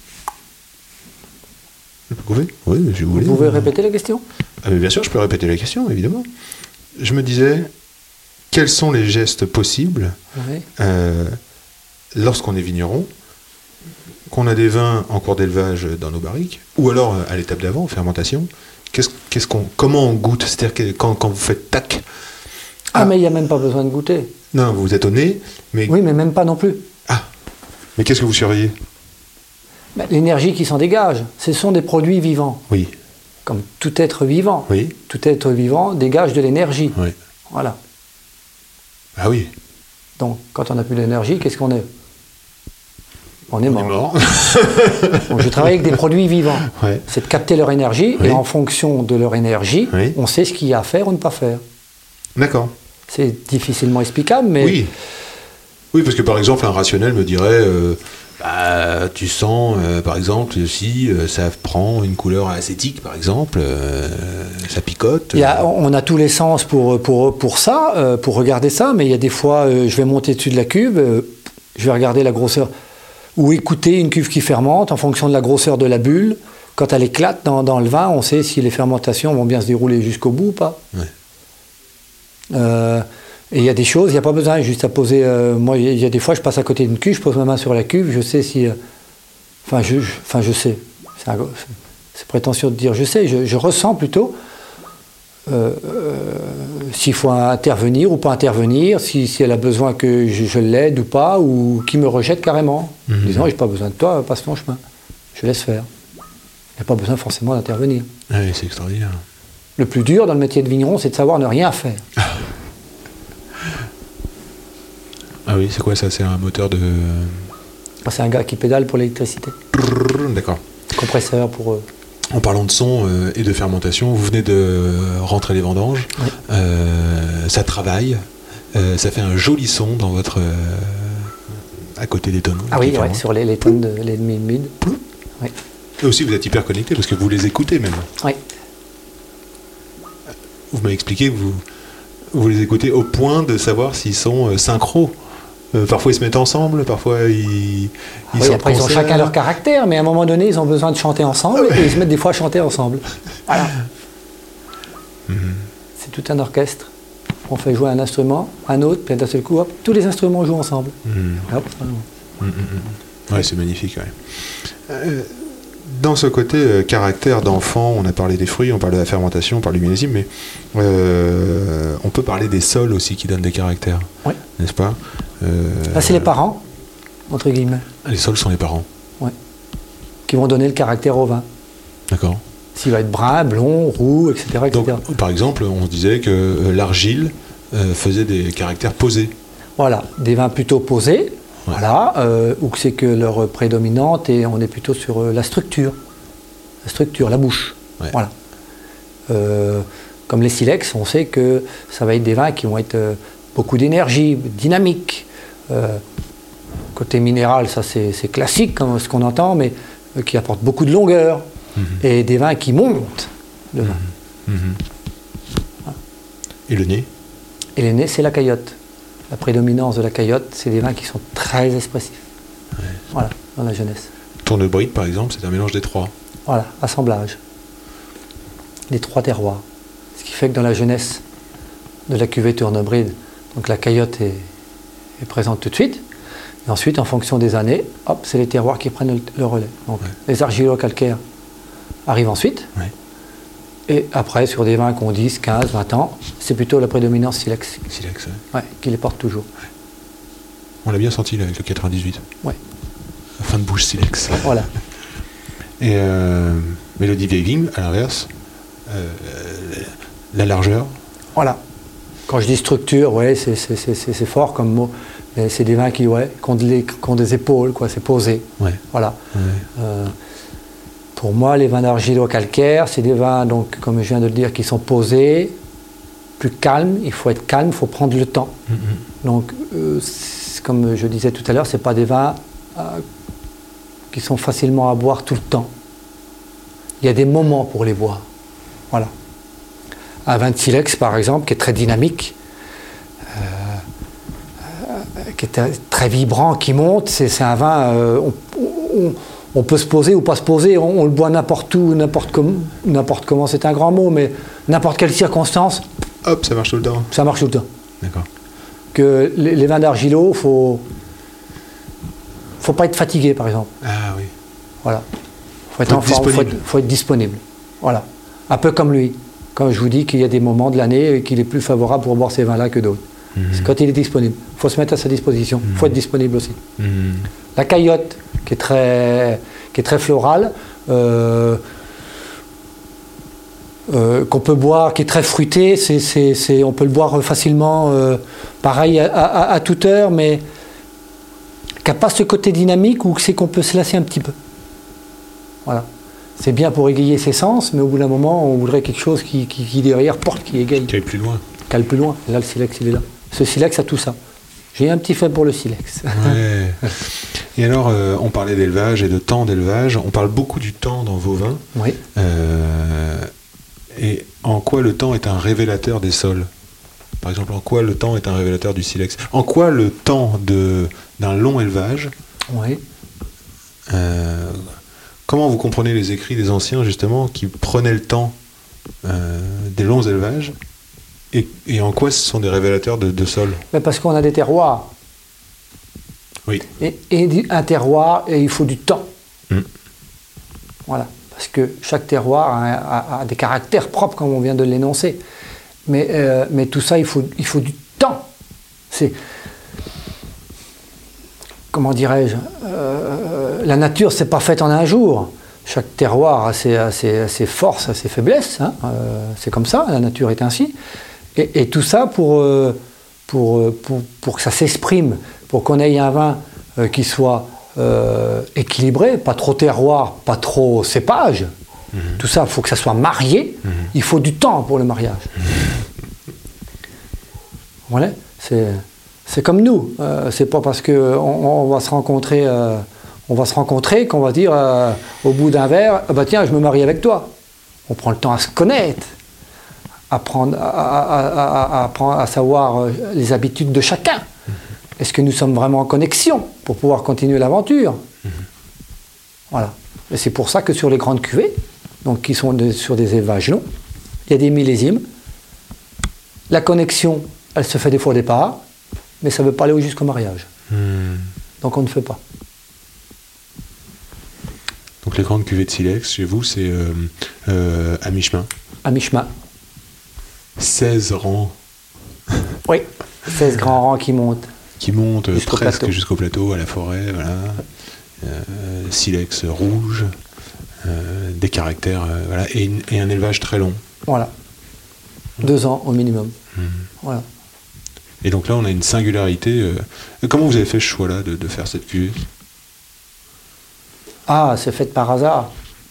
[SPEAKER 1] Vous pouvez? Oui, si vous voulez.
[SPEAKER 4] vous pouvez répéter la question?
[SPEAKER 1] Ah, mais bien sûr, je peux répéter la question, évidemment. Je me disais, quels sont les gestes possibles
[SPEAKER 4] Oui.
[SPEAKER 1] euh, lorsqu'on est vigneron, qu'on a des vins en cours d'élevage dans nos barriques, ou alors euh, à l'étape d'avant, en fermentation, qu'est-ce, qu'est-ce qu'on, comment on goûte? C'est-à-dire que quand, quand vous faites tac,
[SPEAKER 4] Ah,
[SPEAKER 1] Ah.
[SPEAKER 4] mais il n'y a même pas besoin de goûter.
[SPEAKER 1] non, vous êtes au nez, mais,
[SPEAKER 4] Oui, mais même pas non plus.
[SPEAKER 1] ah, mais qu'est-ce que vous surveillez?
[SPEAKER 4] Ben, l'énergie qui s'en dégage, ce sont des produits vivants.
[SPEAKER 1] Oui,
[SPEAKER 4] Comme tout être vivant.
[SPEAKER 1] oui,
[SPEAKER 4] Tout être vivant dégage de l'énergie.
[SPEAKER 1] oui.
[SPEAKER 4] Voilà.
[SPEAKER 1] Ah oui,
[SPEAKER 4] Donc, quand on n'a plus d'énergie, qu'est-ce qu'on est? On est
[SPEAKER 1] on
[SPEAKER 4] mort.
[SPEAKER 1] est mort.
[SPEAKER 4] Donc, je travaille avec des produits vivants.
[SPEAKER 1] Ouais.
[SPEAKER 4] C'est de capter leur énergie
[SPEAKER 1] Oui.
[SPEAKER 4] et en fonction de leur énergie,
[SPEAKER 1] Oui.
[SPEAKER 4] on sait ce qu'il y a à faire ou ne pas faire.
[SPEAKER 1] D'accord.
[SPEAKER 4] C'est difficilement explicable, mais
[SPEAKER 1] Oui. Oui, parce que par exemple, un rationnel me dirait, euh, bah, tu sens, euh, par exemple, si euh, ça prend une couleur acétique, par exemple, euh, ça picote.
[SPEAKER 4] il y a- on a tous les sens pour, pour, pour ça, euh, pour regarder ça, mais il y a des fois, euh, je vais monter dessus de la cuve, euh, je vais regarder la grosseur, ou écouter une cuve qui fermente en fonction de la grosseur de la bulle. Quand elle éclate dans, dans le vin, on sait si les fermentations vont bien se dérouler jusqu'au bout ou pas.
[SPEAKER 1] Ouais.
[SPEAKER 4] Euh, et il y a des choses, il n'y a pas besoin juste à poser. euh, moi, il y a des fois, je passe à côté d'une cuve, je pose ma main sur la cuve, je sais si. euh, Enfin, je, je- enfin, je sais. C'est, un- c'est prétentieux de dire je sais, je, je ressens plutôt euh, euh, s'il faut intervenir ou pas intervenir, si, si elle a besoin que je, je l'aide ou pas, ou qui me rejette carrément,
[SPEAKER 1] Mhm.
[SPEAKER 4] disant j'ai pas besoin de toi, passe ton chemin. Je laisse faire. Il n'y a pas besoin forcément d'intervenir.
[SPEAKER 1] Ah oui, c'est extraordinaire.
[SPEAKER 4] Le plus dur dans le métier de vigneron, c'est de savoir ne rien faire.
[SPEAKER 1] Ah oui, c'est quoi ça? C'est un moteur de...
[SPEAKER 4] C'est un gars qui pédale pour l'électricité.
[SPEAKER 1] D'accord.
[SPEAKER 4] Compresseur pour eux.
[SPEAKER 1] En parlant de son euh, et de fermentation, vous venez de rentrer les vendanges.
[SPEAKER 4] Oui.
[SPEAKER 1] Euh, ça travaille. Euh, ça fait un joli son dans votre... euh, à côté des tonneaux.
[SPEAKER 4] Ah oui,
[SPEAKER 1] qui
[SPEAKER 4] ouais,
[SPEAKER 1] fermentent.
[SPEAKER 4] sur les, les tonnes de les demi-mid. Oui.
[SPEAKER 1] Et aussi, vous êtes hyper connecté parce que vous les écoutez même.
[SPEAKER 4] Oui.
[SPEAKER 1] Vous m'avez expliqué que vous, vous les écoutez au point de savoir s'ils sont euh, synchro. Euh, parfois ils se mettent ensemble, parfois ils, ils
[SPEAKER 4] Oui,
[SPEAKER 1] sont
[SPEAKER 4] après, ils ont
[SPEAKER 1] concert.
[SPEAKER 4] chacun leur caractère, mais à un moment donné, ils ont besoin de chanter ensemble et ils se mettent des fois à chanter ensemble. Voilà.
[SPEAKER 1] Mhm.
[SPEAKER 4] C'est tout un orchestre. On fait jouer un instrument, un autre, puis d'un seul coup, hop, tous les instruments jouent ensemble.
[SPEAKER 1] Mhm.
[SPEAKER 4] Hop, voilà.
[SPEAKER 1] Mhm, mhm. Ouais, c'est magnifique. Ouais. Euh, dans ce côté euh, caractère d'enfant, on a parlé des fruits, on parle de la fermentation, on parle du millésime, mais euh, on peut parler des sols aussi qui donnent des caractères,
[SPEAKER 4] Oui.
[SPEAKER 1] n'est-ce pas? Euh,
[SPEAKER 4] Là, c'est les parents. entre guillemets.
[SPEAKER 1] Les sols sont les parents.
[SPEAKER 4] Qui vont donner le caractère au vin.
[SPEAKER 1] D'accord.
[SPEAKER 4] S'il va être brun, blond, roux, et cetera, et cetera.
[SPEAKER 1] Donc, par exemple, on se disait que euh, l'argile euh, faisait des caractères posés.
[SPEAKER 4] Voilà, des vins plutôt posés, ouais. Voilà, euh, ou que c'est que leur prédominante et on est plutôt sur euh, la structure, la structure, la bouche. Ouais. Voilà. Euh, comme les silex, on sait que ça va être des vins qui vont être euh, beaucoup d'énergie, dynamiques. Euh, côté minéral, ça c'est, c'est classique, hein, ce qu'on entend, mais euh, qui apporte beaucoup de longueur. Mmh. Et des vins qui montent le vin. Mmh. Mmh. Voilà.
[SPEAKER 1] Et le nez ?
[SPEAKER 4] Et le nez, c'est la caillotte. La prédominance de la caillotte, c'est des vins qui sont très expressifs. Ouais. Voilà, dans la jeunesse.
[SPEAKER 1] Tournebrite, par exemple, c'est un mélange des trois.
[SPEAKER 4] Voilà, assemblage. Les trois terroirs. Ce qui fait que dans la jeunesse de la cuvée Tournebrite, donc la caillotte est, est présente tout de suite. Et ensuite, en fonction des années, hop, c'est les terroirs qui prennent le, le relais. Donc, ouais. Les argilo-calcaires arrivent ensuite. Ouais. Et après, sur des vins qui ont dix, quinze, vingt ans, c'est plutôt la prédominance silex.
[SPEAKER 1] Silex, ouais.
[SPEAKER 4] Ouais, qui les porte toujours.
[SPEAKER 1] Ouais. On l'a bien senti là, avec le quatre-vingt-dix-huit.
[SPEAKER 4] Ouais.
[SPEAKER 1] La fin de bouche silex.
[SPEAKER 4] Voilà.
[SPEAKER 1] Et euh, Mélodie Vieille Vigne, à l'inverse, euh, la largeur.
[SPEAKER 4] Voilà. Quand je dis structure, ouais, c'est, c'est, c'est, c'est fort comme mot. Mais c'est des vins qui, ouais, qui, ont, des, qui ont des épaules, quoi, c'est posé.
[SPEAKER 1] Ouais.
[SPEAKER 4] Voilà.
[SPEAKER 1] Ouais.
[SPEAKER 4] Euh, pour moi, les vins d'argilo-calcaire, c'est des vins, donc, comme je viens de le dire, qui sont posés, plus calmes. Il faut être calme, il faut prendre le temps. Mm-hmm. Donc, euh, comme je disais tout à l'heure, ce n'est pas des vins euh, qui sont facilement à boire tout le temps. Il y a des moments pour les boire. Voilà. Un vin de silex, par exemple, qui est très dynamique, euh, euh, qui est très vibrant, qui monte, c'est, c'est un vin... Euh, on, on, on peut se poser ou pas se poser, on, on le boit n'importe où, n'importe, com- n'importe comment, c'est un grand mot, mais n'importe quelle circonstance...
[SPEAKER 1] Hop, ça marche tout le temps.
[SPEAKER 4] Ça marche tout le temps.
[SPEAKER 1] D'accord.
[SPEAKER 4] Que les, les vins d'argilo, il faut... faut pas être fatigué, par exemple.
[SPEAKER 1] Ah oui.
[SPEAKER 4] Voilà. Faut être, faut être en forme, faut être, faut être disponible. Voilà. Un peu comme lui. Quand je vous dis qu'il y a des moments de l'année qu'il est plus favorable pour boire ces vins-là que d'autres. Mmh. C'est quand il est disponible. Il faut se mettre à sa disposition. Il mmh. faut être disponible aussi. Mmh. La caillotte, qui est très, qui est très florale, euh, euh, qu'on peut boire, qui est très fruitée, c'est, c'est, c'est, on peut le boire facilement, euh, pareil, à, à, à toute heure, mais qui n'a pas ce côté dynamique où c'est qu'on peut se lasser un petit peu. Voilà. C'est bien pour égayer ses sens, mais au bout d'un moment, on voudrait quelque chose qui, qui, qui derrière porte, qui égaye.
[SPEAKER 1] Qui aille plus loin.
[SPEAKER 4] Qui aille plus loin. Et là, le silex, il est là. Ce silex a tout ça. J'ai un petit fait pour le silex.
[SPEAKER 1] Ouais. Et alors, euh, on parlait d'élevage et de temps d'élevage. On parle beaucoup du temps dans vos vins.
[SPEAKER 4] Oui.
[SPEAKER 1] Euh, et en quoi le temps est un révélateur des sols ? Par exemple, en quoi le temps est un révélateur du silex ? En quoi le temps de, d'un long élevage...
[SPEAKER 4] Oui.
[SPEAKER 1] Euh, Comment vous comprenez les écrits des anciens, justement, qui prenaient le temps euh, des longs élevages et, et en quoi ce sont des révélateurs de, de sol ?
[SPEAKER 4] Mais parce qu'on a des terroirs.
[SPEAKER 1] Oui.
[SPEAKER 4] Et, et un terroir, et il faut du temps.
[SPEAKER 1] Mm.
[SPEAKER 4] Voilà. Parce que chaque terroir a, a, a des caractères propres, comme on vient de l'énoncer. Mais, euh, mais tout ça, il faut, il faut du temps. C'est... Comment dirais-je, euh, la nature, c'est pas faite en un jour. Chaque terroir a ses, a ses, a ses forces, a ses faiblesses. Hein. Euh, c'est comme ça, la nature est ainsi. Et, et tout ça pour, euh, pour, pour, pour que ça s'exprime, pour qu'on ait un vin euh, qui soit euh, équilibré, pas trop terroir, pas trop cépage. Mmh. Tout ça, il faut que ça soit marié. Mmh. Il faut du temps pour le mariage. Mmh. Voilà, c'est... C'est comme nous, euh, c'est pas parce qu'on on va se rencontrer, euh, on va se rencontrer qu'on va dire euh, au bout d'un verre, ah bah tiens, je me marie avec toi. On prend le temps à se connaître, à, prendre, à, à, à, à, apprendre à savoir euh, les habitudes de chacun. Mm-hmm. Est-ce que nous sommes vraiment en connexion pour pouvoir continuer l'aventure ? Mm-hmm. Voilà. Et c'est pour ça que sur les grandes cuvées, donc qui sont de, sur des élevages longs, il y a des millésimes. La connexion, elle se fait des fois au départ. Mais ça ne veut pas aller jusqu'au mariage. Mmh. Donc on ne fait pas.
[SPEAKER 1] Donc les grandes cuvées de silex, chez vous, c'est euh, euh, à mi-chemin.
[SPEAKER 4] À mi-chemin.
[SPEAKER 1] seize rangs.
[SPEAKER 4] Oui, seize grands rangs qui montent.
[SPEAKER 1] qui monte
[SPEAKER 4] Jusqu'au
[SPEAKER 1] presque
[SPEAKER 4] plateau.
[SPEAKER 1] jusqu'au plateau, à la forêt, voilà. Euh, silex rouge, euh, des caractères, euh, voilà, et, une- et un élevage très long.
[SPEAKER 4] Voilà. Deux ans au minimum.
[SPEAKER 1] Mhm.
[SPEAKER 4] Voilà.
[SPEAKER 1] Et donc là, on a une singularité. euh, Comment vous avez fait ce choix-là de, de faire cette cuvée?
[SPEAKER 4] Ah, c'est fait par hasard.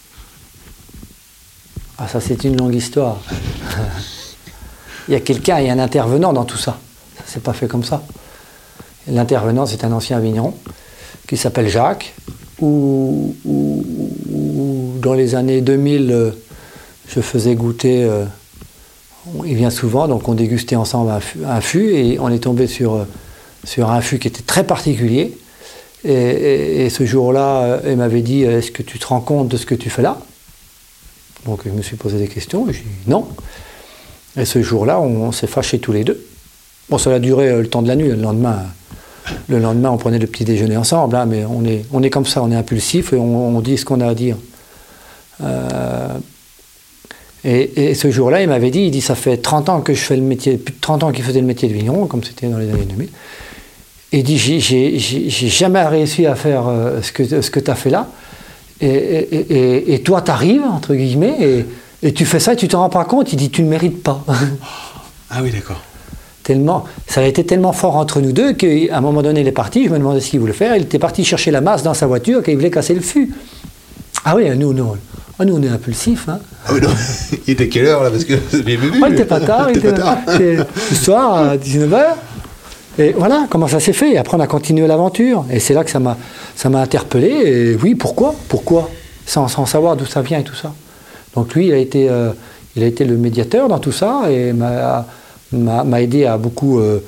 [SPEAKER 4] Ah, ça, c'est une longue histoire. Il y a quelqu'un, il y a un intervenant dans tout ça. Ça s'est pas fait comme ça. L'intervenant, c'est un ancien vigneron qui s'appelle Jacques, où, où- où, dans les années deux mille, euh, je faisais goûter. euh, il vient souvent, donc on dégustait ensemble un fût, un fût, et on est tombé sur, euh, sur un fût qui était très particulier. Et, et- et ce jour-là, euh, il m'avait dit, est-ce que tu te rends compte de ce que tu fais là? Donc je me suis posé des questions, et j'ai dit non. Et ce jour-là, on, on s'est fâchés tous les deux. Bon, ça a duré euh, le temps de la nuit. Le lendemain, euh, le lendemain, on prenait le petit déjeuner ensemble, hein, mais on est, on est comme ça, on est impulsif et on, on dit ce qu'on a à dire. Euh, et, et ce jour-là, il m'avait dit, il dit, ça fait trente ans que je fais le métier, plus de trente ans qu'il faisait le métier de vigneron, comme c'était dans les années deux mille. Et il dit, j'ai, j'ai, j'ai, j'ai jamais réussi à faire euh, ce que, ce que tu as fait là. Et, et, et, et toi, tu arrives, entre guillemets, et, et tu fais ça et tu t'en rends pas compte. Il dit, tu ne le mérites pas.
[SPEAKER 1] Ah oui, d'accord.
[SPEAKER 4] Tellement, ça a été tellement fort entre nous deux qu'à un moment donné, il est parti. Je me demandais ce qu'il voulait faire. Il était parti chercher la masse dans sa voiture qu'il voulait casser le fût. Ah oui, nous, non. Ah, nous, on est impulsifs. Hein.
[SPEAKER 1] Ah oui, non. Il était quelle heure là? Parce que vous avez vu.
[SPEAKER 4] Ah, il n'était pas tard. Il était pas tard. C'était le soir à dix-neuf heures. Et voilà comment ça s'est fait. Et après, on a continué l'aventure. Et c'est là que ça m'a, ça m'a interpellé. Et oui, pourquoi Pourquoi sans, sans savoir d'où ça vient et tout ça. Donc lui, il a été, euh, il a été le médiateur dans tout ça et m'a, m'a, m'a aidé à beaucoup euh,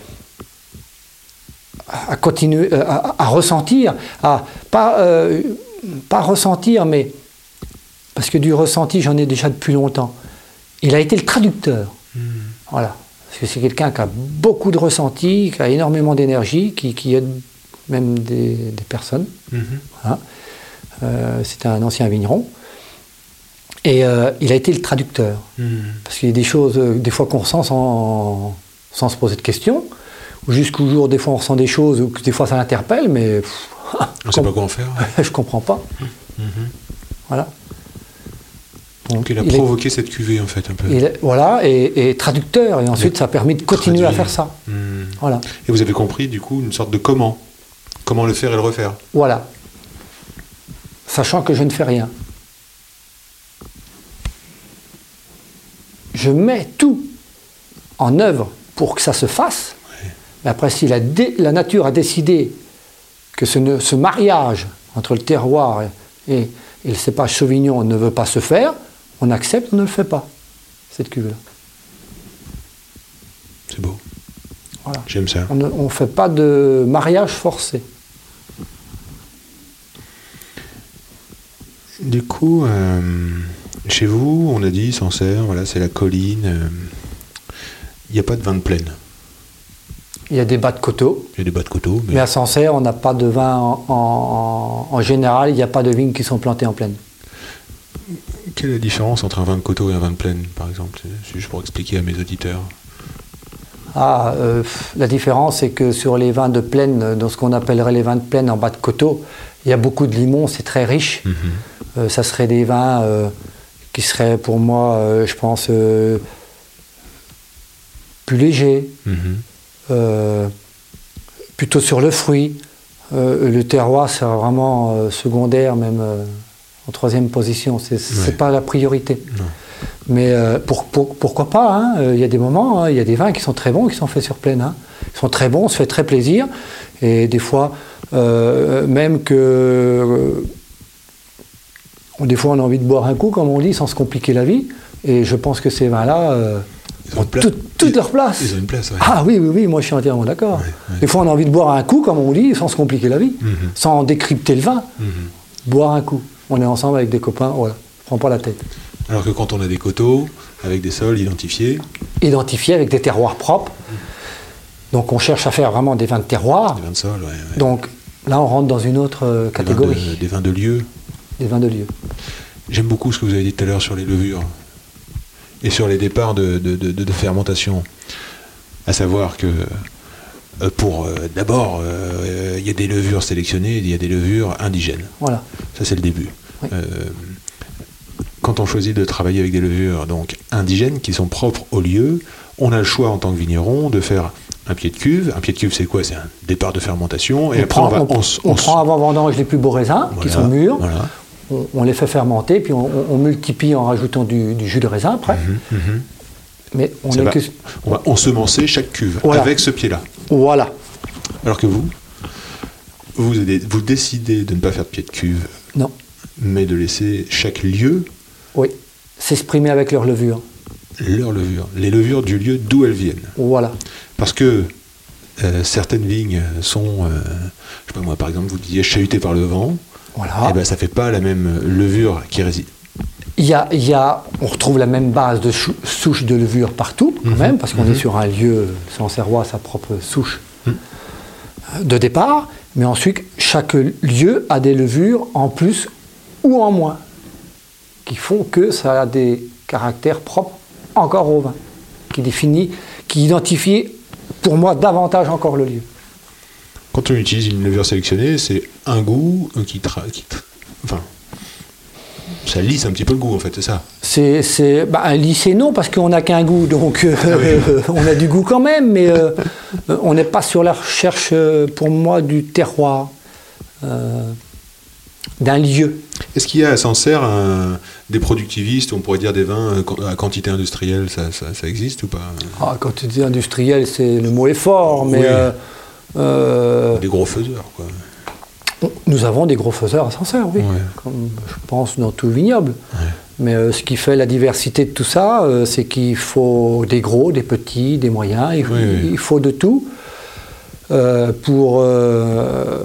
[SPEAKER 4] à continuer, euh, à, à ressentir, à pas, euh, pas ressentir, mais parce que du ressenti, j'en ai déjà depuis longtemps. Il a été le traducteur. Mmh. Voilà. Parce que c'est quelqu'un qui a beaucoup de ressenti, qui a énormément d'énergie, qui, qui aide même des, des personnes. Mmh. Hein. Euh, c'était un ancien vigneron. Et euh, il a été le traducteur. Mmh. Parce qu'il y a des choses, euh, des fois qu'on ressent sans, sans se poser de questions, ou jusqu'au jour, des fois on ressent des choses, ou que des fois ça l'interpelle, mais... Pff,
[SPEAKER 1] on ne sait pas quoi en faire.
[SPEAKER 4] Ouais. Je comprends pas. Mmh. Voilà.
[SPEAKER 1] Donc il a il provoqué est, cette cuvée en fait un peu.
[SPEAKER 4] Il, voilà, et, et traducteur, et ensuite ça a permis de continuer traduire. à faire ça.
[SPEAKER 1] Mmh.
[SPEAKER 4] Voilà.
[SPEAKER 1] Et vous avez compris du coup une sorte de comment, comment le faire et le refaire.
[SPEAKER 4] Voilà. Sachant que je ne fais rien. Je mets tout en œuvre pour que ça se fasse. Ouais. Mais après, si la, dé, la nature a décidé que ce, ce mariage entre le terroir et, et, et le cépage Sauvignon ne veut pas se faire, on accepte, on ne le fait pas, cette cuvée-là.
[SPEAKER 1] C'est beau.
[SPEAKER 4] Voilà.
[SPEAKER 1] J'aime ça.
[SPEAKER 4] On ne fait pas de mariage forcé.
[SPEAKER 1] Du coup, euh, chez vous, on a dit Sancerre, voilà, c'est la colline. Il euh, n'y a pas de vin de plaine.
[SPEAKER 4] Il y a des bas de coteaux.
[SPEAKER 1] Il y a des bas de coteaux. Mais,
[SPEAKER 4] mais à Sancerre, on n'a pas de vin en, en, en général, il n'y a pas de vignes qui sont plantées en plaine.
[SPEAKER 1] Quelle est la différence entre un vin de coteau et un vin de plaine, par exemple? C'est juste pour expliquer à mes auditeurs.
[SPEAKER 4] Ah, euh, la différence, c'est que sur les vins de plaine, dans ce qu'on appellerait les vins de plaine en bas de coteau, il y a beaucoup de limon, c'est très riche. Mm-hmm. Euh, ça serait des vins euh, qui seraient pour moi, euh, je pense, euh, plus légers, mm-hmm. euh, plutôt sur le fruit. Euh, le terroir, c'est vraiment euh, secondaire, même euh, en troisième position. C'est ouais. pas la priorité.
[SPEAKER 1] Non.
[SPEAKER 4] Mais euh, pour, pour, pourquoi pas, hein, euh, il y a des moments, hein, il y a des vins qui sont très bons, qui sont faits sur plaine. Hein. Ils sont très bons, on se fait très plaisir. Et des fois, euh, même que... Euh, des fois, on a envie de boire un coup, comme on dit, sans se compliquer la vie. Et je pense que ces vins-là euh, ont tout, toute leur place.
[SPEAKER 1] Ils ont une place, ouais.
[SPEAKER 4] Ah oui, oui, oui, moi je suis entièrement d'accord. Ouais, ouais. Des fois, on a envie de boire un coup, comme on dit, sans se compliquer la vie, mm-hmm. sans décrypter le vin. Mm-hmm. Boire un coup. On est ensemble avec des copains, voilà, on ne prend pas la tête.
[SPEAKER 1] Alors que quand on a des coteaux, avec des sols identifiés...
[SPEAKER 4] Identifiés avec des terroirs propres. Mmh. Donc on cherche à faire vraiment des vins de terroir.
[SPEAKER 1] Des vins de sol, ouais, ouais.
[SPEAKER 4] Donc là, on rentre dans une autre euh, catégorie.
[SPEAKER 1] Des vins, de, des vins de lieu.
[SPEAKER 4] Des vins de lieu.
[SPEAKER 1] J'aime beaucoup ce que vous avez dit tout à l'heure sur les levures et sur les départs de, de, de, de fermentation. À savoir que euh, pour euh, d'abord, euh, il y a des levures sélectionnées, il y a des levures indigènes.
[SPEAKER 4] Voilà.
[SPEAKER 1] Ça, c'est le début.
[SPEAKER 4] Oui.
[SPEAKER 1] Euh, quand on choisit de travailler avec des levures donc indigènes qui sont propres au lieu, on a le choix en tant que vigneron de faire un pied de cuve. Un pied de cuve, c'est quoi? C'est un départ de fermentation. Et
[SPEAKER 4] on
[SPEAKER 1] après,
[SPEAKER 4] prend,
[SPEAKER 1] on va.
[SPEAKER 4] on,
[SPEAKER 1] On,
[SPEAKER 4] on
[SPEAKER 1] on-
[SPEAKER 4] prend avant vendange les plus beaux raisins,
[SPEAKER 1] voilà,
[SPEAKER 4] qui sont mûrs,
[SPEAKER 1] Voilà.
[SPEAKER 4] on, on les fait fermenter, puis on, on- on multiplie en rajoutant du, du jus de raisin après.
[SPEAKER 1] Mhm, mhm.
[SPEAKER 4] Mais on
[SPEAKER 1] Ça
[SPEAKER 4] est
[SPEAKER 1] va.
[SPEAKER 4] que...
[SPEAKER 1] On va ensemencer chaque cuve
[SPEAKER 4] Voilà.
[SPEAKER 1] avec ce pied-là.
[SPEAKER 4] Voilà.
[SPEAKER 1] Alors que vous, vous, vous décidez de ne pas faire de pied de cuve,
[SPEAKER 4] Non.
[SPEAKER 1] mais de laisser chaque lieu
[SPEAKER 4] Oui. S'exprimer avec leur levure.
[SPEAKER 1] leur levure, les levures du lieu d'où elles viennent.
[SPEAKER 4] Voilà.
[SPEAKER 1] Parce que euh, certaines vignes sont, euh, je sais pas moi, par exemple, vous disiez chahutées par le vent,
[SPEAKER 4] Voilà.
[SPEAKER 1] et ben ça fait pas la même levure qui réside.
[SPEAKER 4] Il y a, il y a, on retrouve la même base de chou- souches de levure partout, quand
[SPEAKER 1] Mhm.
[SPEAKER 4] même, parce qu'on
[SPEAKER 1] Mhm.
[SPEAKER 4] est sur un lieu, Sancerrois, sa propre souche
[SPEAKER 1] Mhm.
[SPEAKER 4] de départ. Mais ensuite, chaque lieu a des levures en plus ou en moins, qui font que ça a des caractères propres encore au vin, qui définit, qui identifie pour moi davantage encore le lieu.
[SPEAKER 1] Quand on utilise une levure sélectionnée, c'est un goût euh, qui, tra- qui tra- enfin, ça lisse un petit peu le goût en fait, c'est ça.
[SPEAKER 4] C'est, c'est, bah, un lycée non, parce qu'on n'a qu'un goût, donc euh,
[SPEAKER 1] oui.
[SPEAKER 4] on a du goût quand même, mais euh, on n'est pas sur la recherche, euh, pour moi, du terroir, euh, d'un lieu.
[SPEAKER 1] Est-ce qu'il y a à Sancerre un- des productivistes, on pourrait dire des vins euh, à quantité industrielle, ça, ça- ça existe ou pas?
[SPEAKER 4] Ah, quand tu dis industriel, c'est, le mot est fort, mais
[SPEAKER 1] Oui.
[SPEAKER 4] euh, euh,
[SPEAKER 1] Des gros faiseurs, quoi.
[SPEAKER 4] on- nous avons des gros faiseurs à Sancerre, oui,
[SPEAKER 1] Ouais.
[SPEAKER 4] comme je pense dans tout vignoble.
[SPEAKER 1] Ouais.
[SPEAKER 4] Mais euh, ce qui fait la diversité de tout ça, euh, c'est qu'il faut des gros, des petits, des moyens, il,
[SPEAKER 1] Oui, oui.
[SPEAKER 4] il faut de tout euh, pour, euh,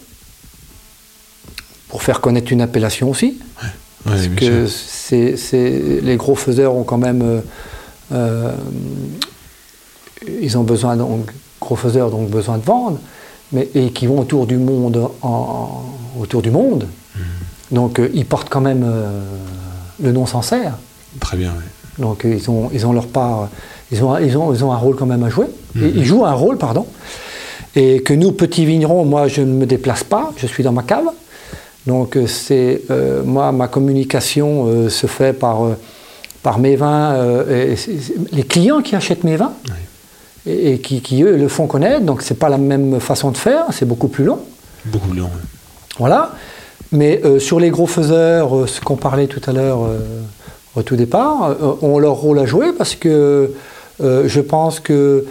[SPEAKER 4] pour faire connaître une appellation aussi.
[SPEAKER 1] Ouais,
[SPEAKER 4] Parce
[SPEAKER 1] bien
[SPEAKER 4] que
[SPEAKER 1] sûr.
[SPEAKER 4] c'est, c'est- les gros faiseurs ont quand même... euh, euh, ils ont besoin, donc, gros faiseurs donc besoin de vendre, mais, et qui vont autour du monde, en, en- autour du monde.
[SPEAKER 1] Mmh.
[SPEAKER 4] Donc euh, ils portent quand même euh, le nom Sancerre.
[SPEAKER 1] Très bien, ouais.
[SPEAKER 4] Donc euh, ils ont, ils ont leur part, ils ont, ils, ont, ils ont un rôle quand même à jouer.
[SPEAKER 1] Mhm.
[SPEAKER 4] Et ils jouent un rôle, pardon. Et que nous, petits vignerons, moi je ne me déplace pas, je suis dans ma cave. Donc euh, c'est, euh, moi, ma communication euh, se fait par, euh, par mes vins, euh, et c'est- c'est les clients qui achètent mes vins,
[SPEAKER 1] Ouais.
[SPEAKER 4] et, et qui, qui, eux, le font connaître. Donc c'est pas la même façon de faire, c'est beaucoup plus long.
[SPEAKER 1] Beaucoup de long, ouais.
[SPEAKER 4] Voilà. Mais euh, sur les gros faiseurs, euh, ce qu'on parlait tout à l'heure euh, au tout départ, euh, ont leur rôle à jouer parce que euh, je pense que,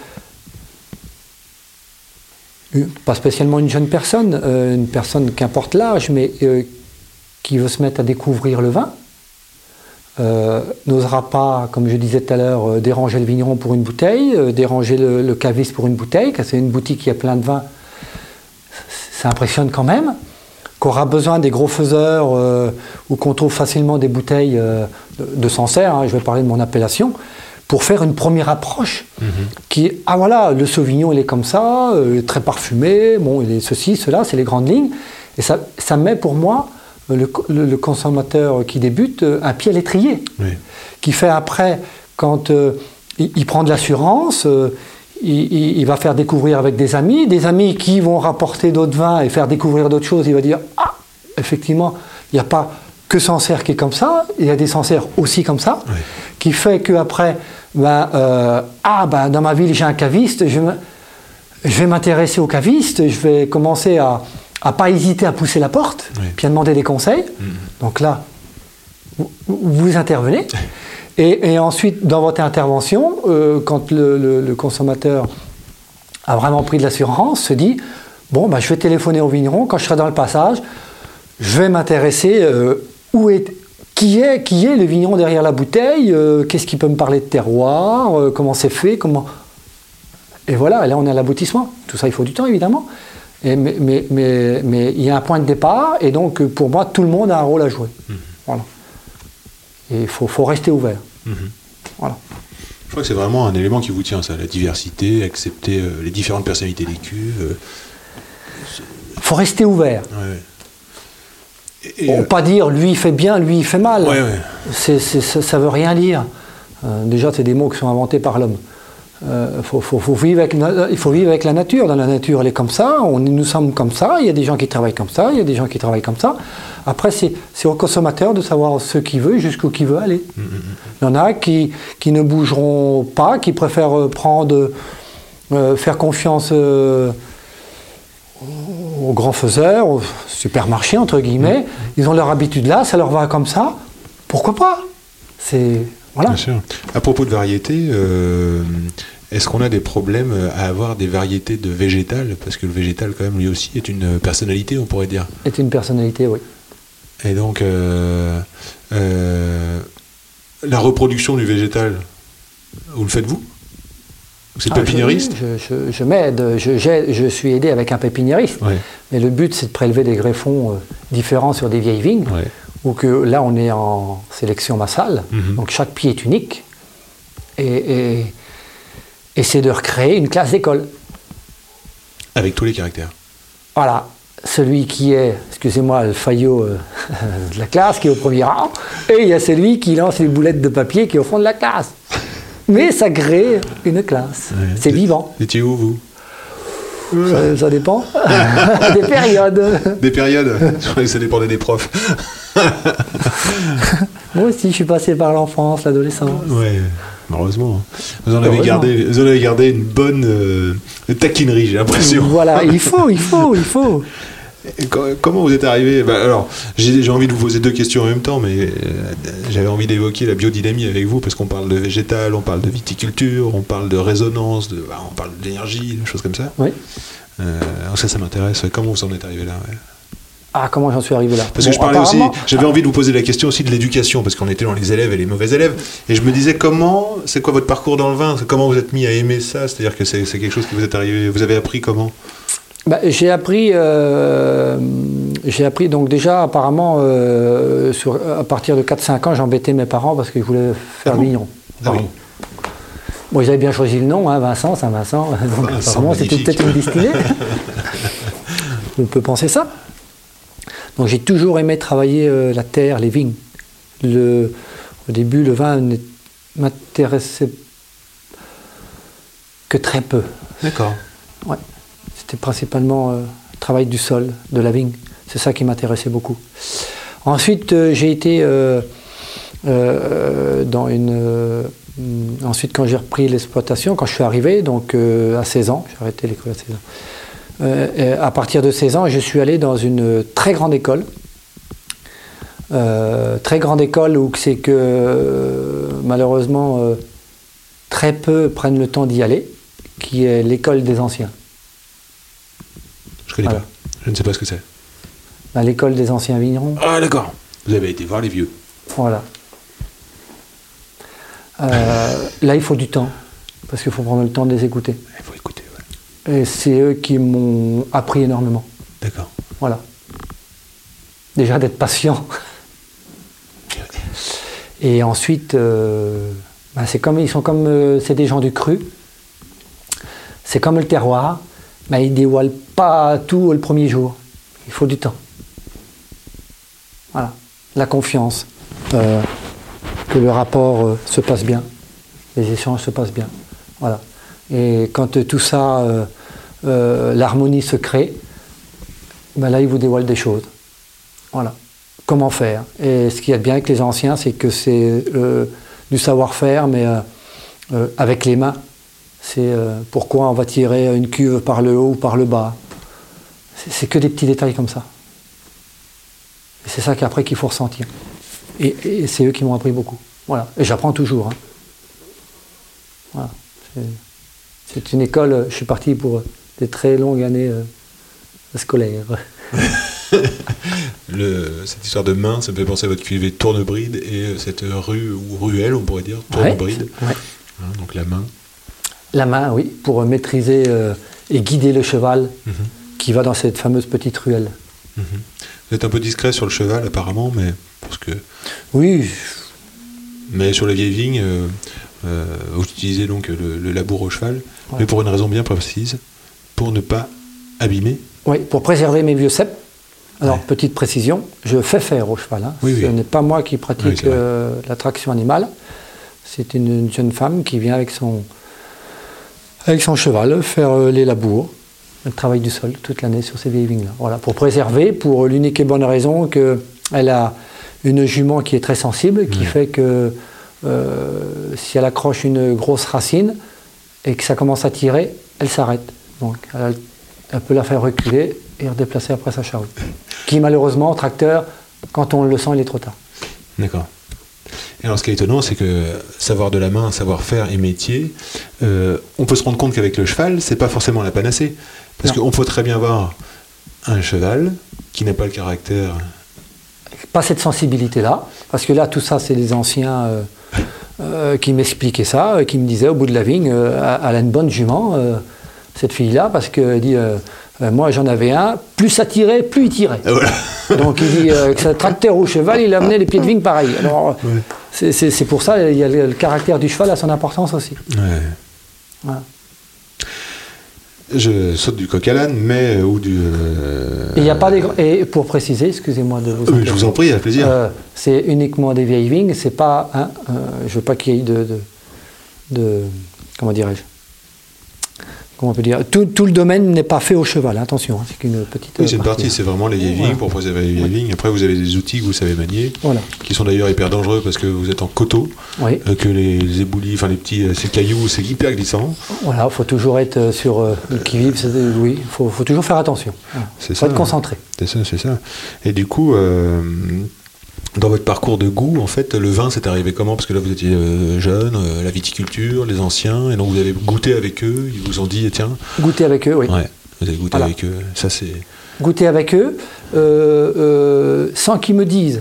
[SPEAKER 4] euh, pas spécialement une jeune personne, euh, une personne qu'importe l'âge, mais euh, qui veut se mettre à découvrir le vin, euh, n'osera pas, comme je disais tout à l'heure, euh, déranger le vigneron pour une bouteille, euh, déranger le, le caviste pour une bouteille, car c'est une boutique qui a plein de vins, ça impressionne quand même. Qu'aura besoin des gros faiseurs euh, ou qu'on trouve facilement des bouteilles euh, de, de Sancerre, hein, je vais parler de mon appellation, pour faire une première approche
[SPEAKER 1] Mhm.
[SPEAKER 4] qui est, ah voilà, le Sauvignon il est comme ça, euh, il est très parfumé, bon, il est ceci, cela, c'est les grandes lignes. Et ça, ça met pour moi, euh, le, le- le consommateur qui débute, euh, un pied à l'étrier,
[SPEAKER 1] Oui.
[SPEAKER 4] qui fait après, quand euh, il, il prend de l'assurance, euh, il, il- il va faire découvrir avec des amis, des amis qui vont rapporter d'autres vins et faire découvrir d'autres choses. Il va dire, ah, effectivement, il n'y a pas que Sancerre qui est comme ça, il y a des Sancerres aussi comme ça,
[SPEAKER 1] Oui.
[SPEAKER 4] qui fait qu'après, ben, euh, ah, ben, dans ma ville, j'ai un caviste, je, me- je vais m'intéresser au caviste, je vais commencer à ne pas hésiter à pousser la porte,
[SPEAKER 1] Oui.
[SPEAKER 4] puis à demander des conseils.
[SPEAKER 1] Mhm.
[SPEAKER 4] Donc là, vous, vous intervenez. Et, et ensuite, dans votre intervention, euh, quand le, le- le consommateur a vraiment pris de l'assurance, se dit, bon, bah, je vais téléphoner au vigneron, quand je serai dans le passage, je vais m'intéresser euh, où est, qui, est, qui est le vigneron derrière la bouteille, euh, qu'est-ce qui peut me parler de terroir, euh, comment c'est fait, comment... Et voilà, et là on est à l'aboutissement. Tout ça, il faut du temps, évidemment. Et mais, mais, mais, mais il y a un point de départ, et donc pour moi, tout le monde a un rôle à jouer.
[SPEAKER 1] Mhm.
[SPEAKER 4] Voilà. Et il faut, faut rester ouvert.
[SPEAKER 1] Mhm.
[SPEAKER 4] Voilà.
[SPEAKER 1] Je crois que c'est vraiment un élément qui vous tient, ça, la diversité, accepter euh, les différentes personnalités des cuves. euh,
[SPEAKER 4] Il faut rester ouvert.
[SPEAKER 1] ouais. Et, et,
[SPEAKER 4] Bon,
[SPEAKER 1] euh,
[SPEAKER 4] pas dire lui il fait bien, lui il fait mal.
[SPEAKER 1] ouais, ouais.
[SPEAKER 4] C'est, c'est- ça, ça veut rien dire. Euh, déjà, c'est des mots qui sont inventés par l'homme. euh, faut, faut, faut vivre avec, il faut vivre avec la nature. Dans la nature, elle est comme ça, on, nous sommes comme ça, il y a des gens qui travaillent comme ça, il y a des gens qui travaillent comme ça. Après, c'est, c'est au consommateur de savoir ce qu'il veut, jusqu'où il veut aller. Mmh, mmh. Il y en a qui, qui ne bougeront pas, qui préfèrent prendre, euh, faire confiance euh, aux grands faiseurs, aux supermarchés, entre guillemets. Mmh. Ils ont leur habitude là, ça leur va comme ça. Pourquoi pas ? C'est... Voilà.
[SPEAKER 1] Bien sûr. À propos de variétés, euh, est-ce qu'on a des problèmes à avoir des variétés de végétal ? Parce que le végétal, quand même, lui aussi, est une personnalité, on pourrait dire.
[SPEAKER 4] Est une personnalité, oui.
[SPEAKER 1] Et donc, euh, euh, la reproduction du végétal, vous le faites-vous ? C'est le ah, pépiniériste ?
[SPEAKER 4] je, je, je, je m'aide, je, je suis aidé avec un pépiniériste. Ouais. Mais le but, c'est de prélever des greffons euh, différents sur des vieilles vignes. Ouais. Ou que là, on est en sélection massale, mmh. donc chaque pied est unique, et, et, et c'est de recréer une classe d'école.
[SPEAKER 1] Avec tous les caractères.
[SPEAKER 4] Voilà, celui qui est, excusez-moi, le faillot euh, de la classe, qui est au premier rang, et il y a celui qui lance les boulettes de papier qui est au fond de la classe. Mais ça crée une classe, ouais. C'est vivant.
[SPEAKER 1] Et tu es où, vous ?
[SPEAKER 4] Ça, ça dépend. Des périodes.
[SPEAKER 1] Des périodes. Je croyais que ça dépendait des profs.
[SPEAKER 4] Moi aussi, je suis passé par l'enfance, l'adolescence.
[SPEAKER 1] Ouais, heureusement. Vous en avez, gardé, vous en avez gardé une bonne euh, taquinerie, j'ai l'impression.
[SPEAKER 4] Voilà, il faut, il faut, il faut.
[SPEAKER 1] Et comment vous êtes arrivé ? Ben alors, j'ai, j'ai envie de vous poser deux questions en même temps, mais euh, j'avais envie d'évoquer la biodynamie avec vous, parce qu'on parle de végétal, on parle de viticulture, on parle de résonance, de, ben, on parle d'énergie, des choses comme ça.
[SPEAKER 4] Oui.
[SPEAKER 1] Euh, ça, ça m'intéresse. Comment vous en êtes arrivé là ? Ouais.
[SPEAKER 4] Ah, comment j'en suis arrivé là ?
[SPEAKER 1] Parce bon, que je parlais aussi, j'avais ah. envie de vous poser la question aussi de l'éducation, parce qu'on était dans les élèves et les mauvais élèves, et je me disais comment, c'est quoi votre parcours dans le vin ? Comment vous êtes mis à aimer ça ? C'est-à-dire que c'est, c'est quelque chose qui vous est arrivé, vous avez appris comment ?
[SPEAKER 4] Bah, j'ai appris, euh, j'ai appris donc déjà apparemment euh, sur, à partir de quatre cinq ans, j'embêtais mes parents parce qu'ils voulaient faire ah bon vigneron. Ah oui. Bon, ils avaient bien choisi le nom, hein, Vincent, Saint-Vincent, donc Vincent, apparemment c'était peut-être une destinée. On peut penser ça. Donc j'ai toujours aimé travailler euh, la terre, les vignes. Le, au début, le vin ne m'intéressait que très peu.
[SPEAKER 1] D'accord.
[SPEAKER 4] Ouais. C'était principalement le euh, travail du sol, de la vigne. C'est ça qui m'intéressait beaucoup. Ensuite, euh, j'ai été euh, euh, dans une... Euh, ensuite, quand j'ai repris l'exploitation, quand je suis arrivé, donc euh, à seize ans, j'ai arrêté l'école à seize ans. Euh, à partir de seize ans, je suis allé dans une très grande école. Euh, très grande école où c'est que, euh, malheureusement, euh, très peu prennent le temps d'y aller, qui est l'école des anciens.
[SPEAKER 1] Je ne connais voilà. pas. Je ne sais pas ce que c'est.
[SPEAKER 4] À l'école des anciens vignerons.
[SPEAKER 1] Ah, d'accord. Vous avez été voir les vieux.
[SPEAKER 4] Voilà. Euh, là, il faut du temps. Parce qu'il faut prendre le temps de les écouter.
[SPEAKER 1] Il faut écouter, ouais.
[SPEAKER 4] Et c'est eux qui m'ont appris énormément.
[SPEAKER 1] D'accord.
[SPEAKER 4] Voilà. Déjà d'être patient. Et ensuite, euh, ben c'est comme, ils sont comme... Euh, c'est des gens du cru. C'est comme le terroir. Ben, ils ne dévoilent pas tout le premier jour. Il faut du temps. Voilà. La confiance. Euh, que le rapport euh, se passe bien. Les échanges se passent bien. Voilà. Et quand euh, tout ça, euh, euh, l'harmonie se crée, ben là, ils vous dévoilent des choses. Voilà. Comment faire. Et ce qu'il y a de bien avec les anciens, c'est que c'est euh, du savoir-faire, mais euh, euh, avec les mains. C'est euh, pourquoi on va tirer une cuve par le haut ou par le bas. C'est, c'est que des petits détails comme ça. Et c'est ça qu'après qu'il faut ressentir. Et, et c'est eux qui m'ont appris beaucoup. Voilà. Et j'apprends toujours. Hein. Voilà. C'est, c'est une école, je suis parti pour des très longues années euh, scolaires.
[SPEAKER 1] Le, cette histoire de main, ça me fait penser à votre cuvée Tournebride et cette rue ou ruelle, on pourrait dire, Tournebride. Ouais, ouais. Hein, donc la main.
[SPEAKER 4] La main, oui, pour maîtriser euh, et guider le cheval mm-hmm. qui va dans cette fameuse petite ruelle.
[SPEAKER 1] Mm-hmm. Vous êtes un peu discret sur le cheval, apparemment, mais parce que.
[SPEAKER 4] Oui.
[SPEAKER 1] Mais sur les vieilles vignes, euh, euh, vous utilisez donc le, le labour au cheval, ouais. mais pour une raison bien précise, pour ne pas abîmer.
[SPEAKER 4] Oui, pour préserver mes vieux ceps. Alors, ouais. petite précision, je fais faire au cheval. Hein. Oui, Ce oui. n'est pas moi qui pratique oui, euh, la traction animale. C'est une, une jeune femme qui vient avec son, avec son cheval, faire euh, les labours, le travail du sol toute l'année sur ces vieilles vignes-là. Voilà, pour préserver, pour l'unique et bonne raison qu'elle a une jument qui est très sensible, qui mmh. fait que euh, si elle accroche une grosse racine et que ça commence à tirer, elle s'arrête. Donc elle, elle peut la faire reculer et redéplacer après sa charrue. Qui malheureusement, au tracteur, quand on le sent, il est trop tard.
[SPEAKER 1] D'accord. Et alors ce qui est étonnant, c'est que savoir de la main, savoir-faire et métier, euh, on peut se rendre compte qu'avec le cheval, c'est pas forcément la panacée. Parce qu'on peut très bien avoir un cheval qui n'a pas le caractère...
[SPEAKER 4] Pas cette sensibilité-là, parce que là, tout ça, c'est les anciens euh, euh, qui m'expliquaient ça, euh, qui me disaient au bout de la vigne, euh, elle a une bonne jument, euh, cette fille-là, parce qu'elle dit... Euh, Euh, moi, j'en avais un, plus ça tirait, plus il tirait. Voilà. Donc, il dit euh, que ce tracteur au cheval, il amenait les pieds de vigne pareil. Alors, ouais. c'est, c'est, c'est pour ça, il y a le, le caractère du cheval a son importance aussi.
[SPEAKER 1] Ouais. Voilà. Je saute du coq à l'âne, mais ou du. Euh,
[SPEAKER 4] et il y a pas des. Et pour préciser, excusez-moi de vous.
[SPEAKER 1] Euh, je vous en prie, avec plaisir. Euh,
[SPEAKER 4] c'est uniquement des vieilles vignes. C'est pas. Hein, euh, je veux pas qu'il y ait de, de, de comment dirais-je. On peut dire, tout, tout le domaine n'est pas fait au cheval, attention, hein, c'est qu'une petite
[SPEAKER 1] oui, c'est une partie, c'est vraiment les vieilles vignes, voilà. Pour préserver les vieilles vignes. Après, vous avez des outils que vous savez manier, voilà. Qui sont d'ailleurs hyper dangereux parce que vous êtes en coteau, oui. euh, que les, les éboulis, enfin les petits euh, ces cailloux, c'est hyper glissant.
[SPEAKER 4] Voilà, il faut toujours être sur euh, le qui-vive, oui, il faut, faut toujours faire attention, il faut ça, être concentré.
[SPEAKER 1] C'est ça, c'est ça. Et du coup... Euh, dans votre parcours de goût, en fait, le vin, c'est arrivé comment? Parce que là, vous étiez euh, jeune, euh, la viticulture, les anciens, et donc vous avez goûté avec eux, ils vous ont dit, tiens...
[SPEAKER 4] Goûter avec eux, oui.
[SPEAKER 1] Ouais, vous avez goûté voilà. avec eux, ça c'est...
[SPEAKER 4] Goûter avec eux, euh, euh, sans qu'ils me disent.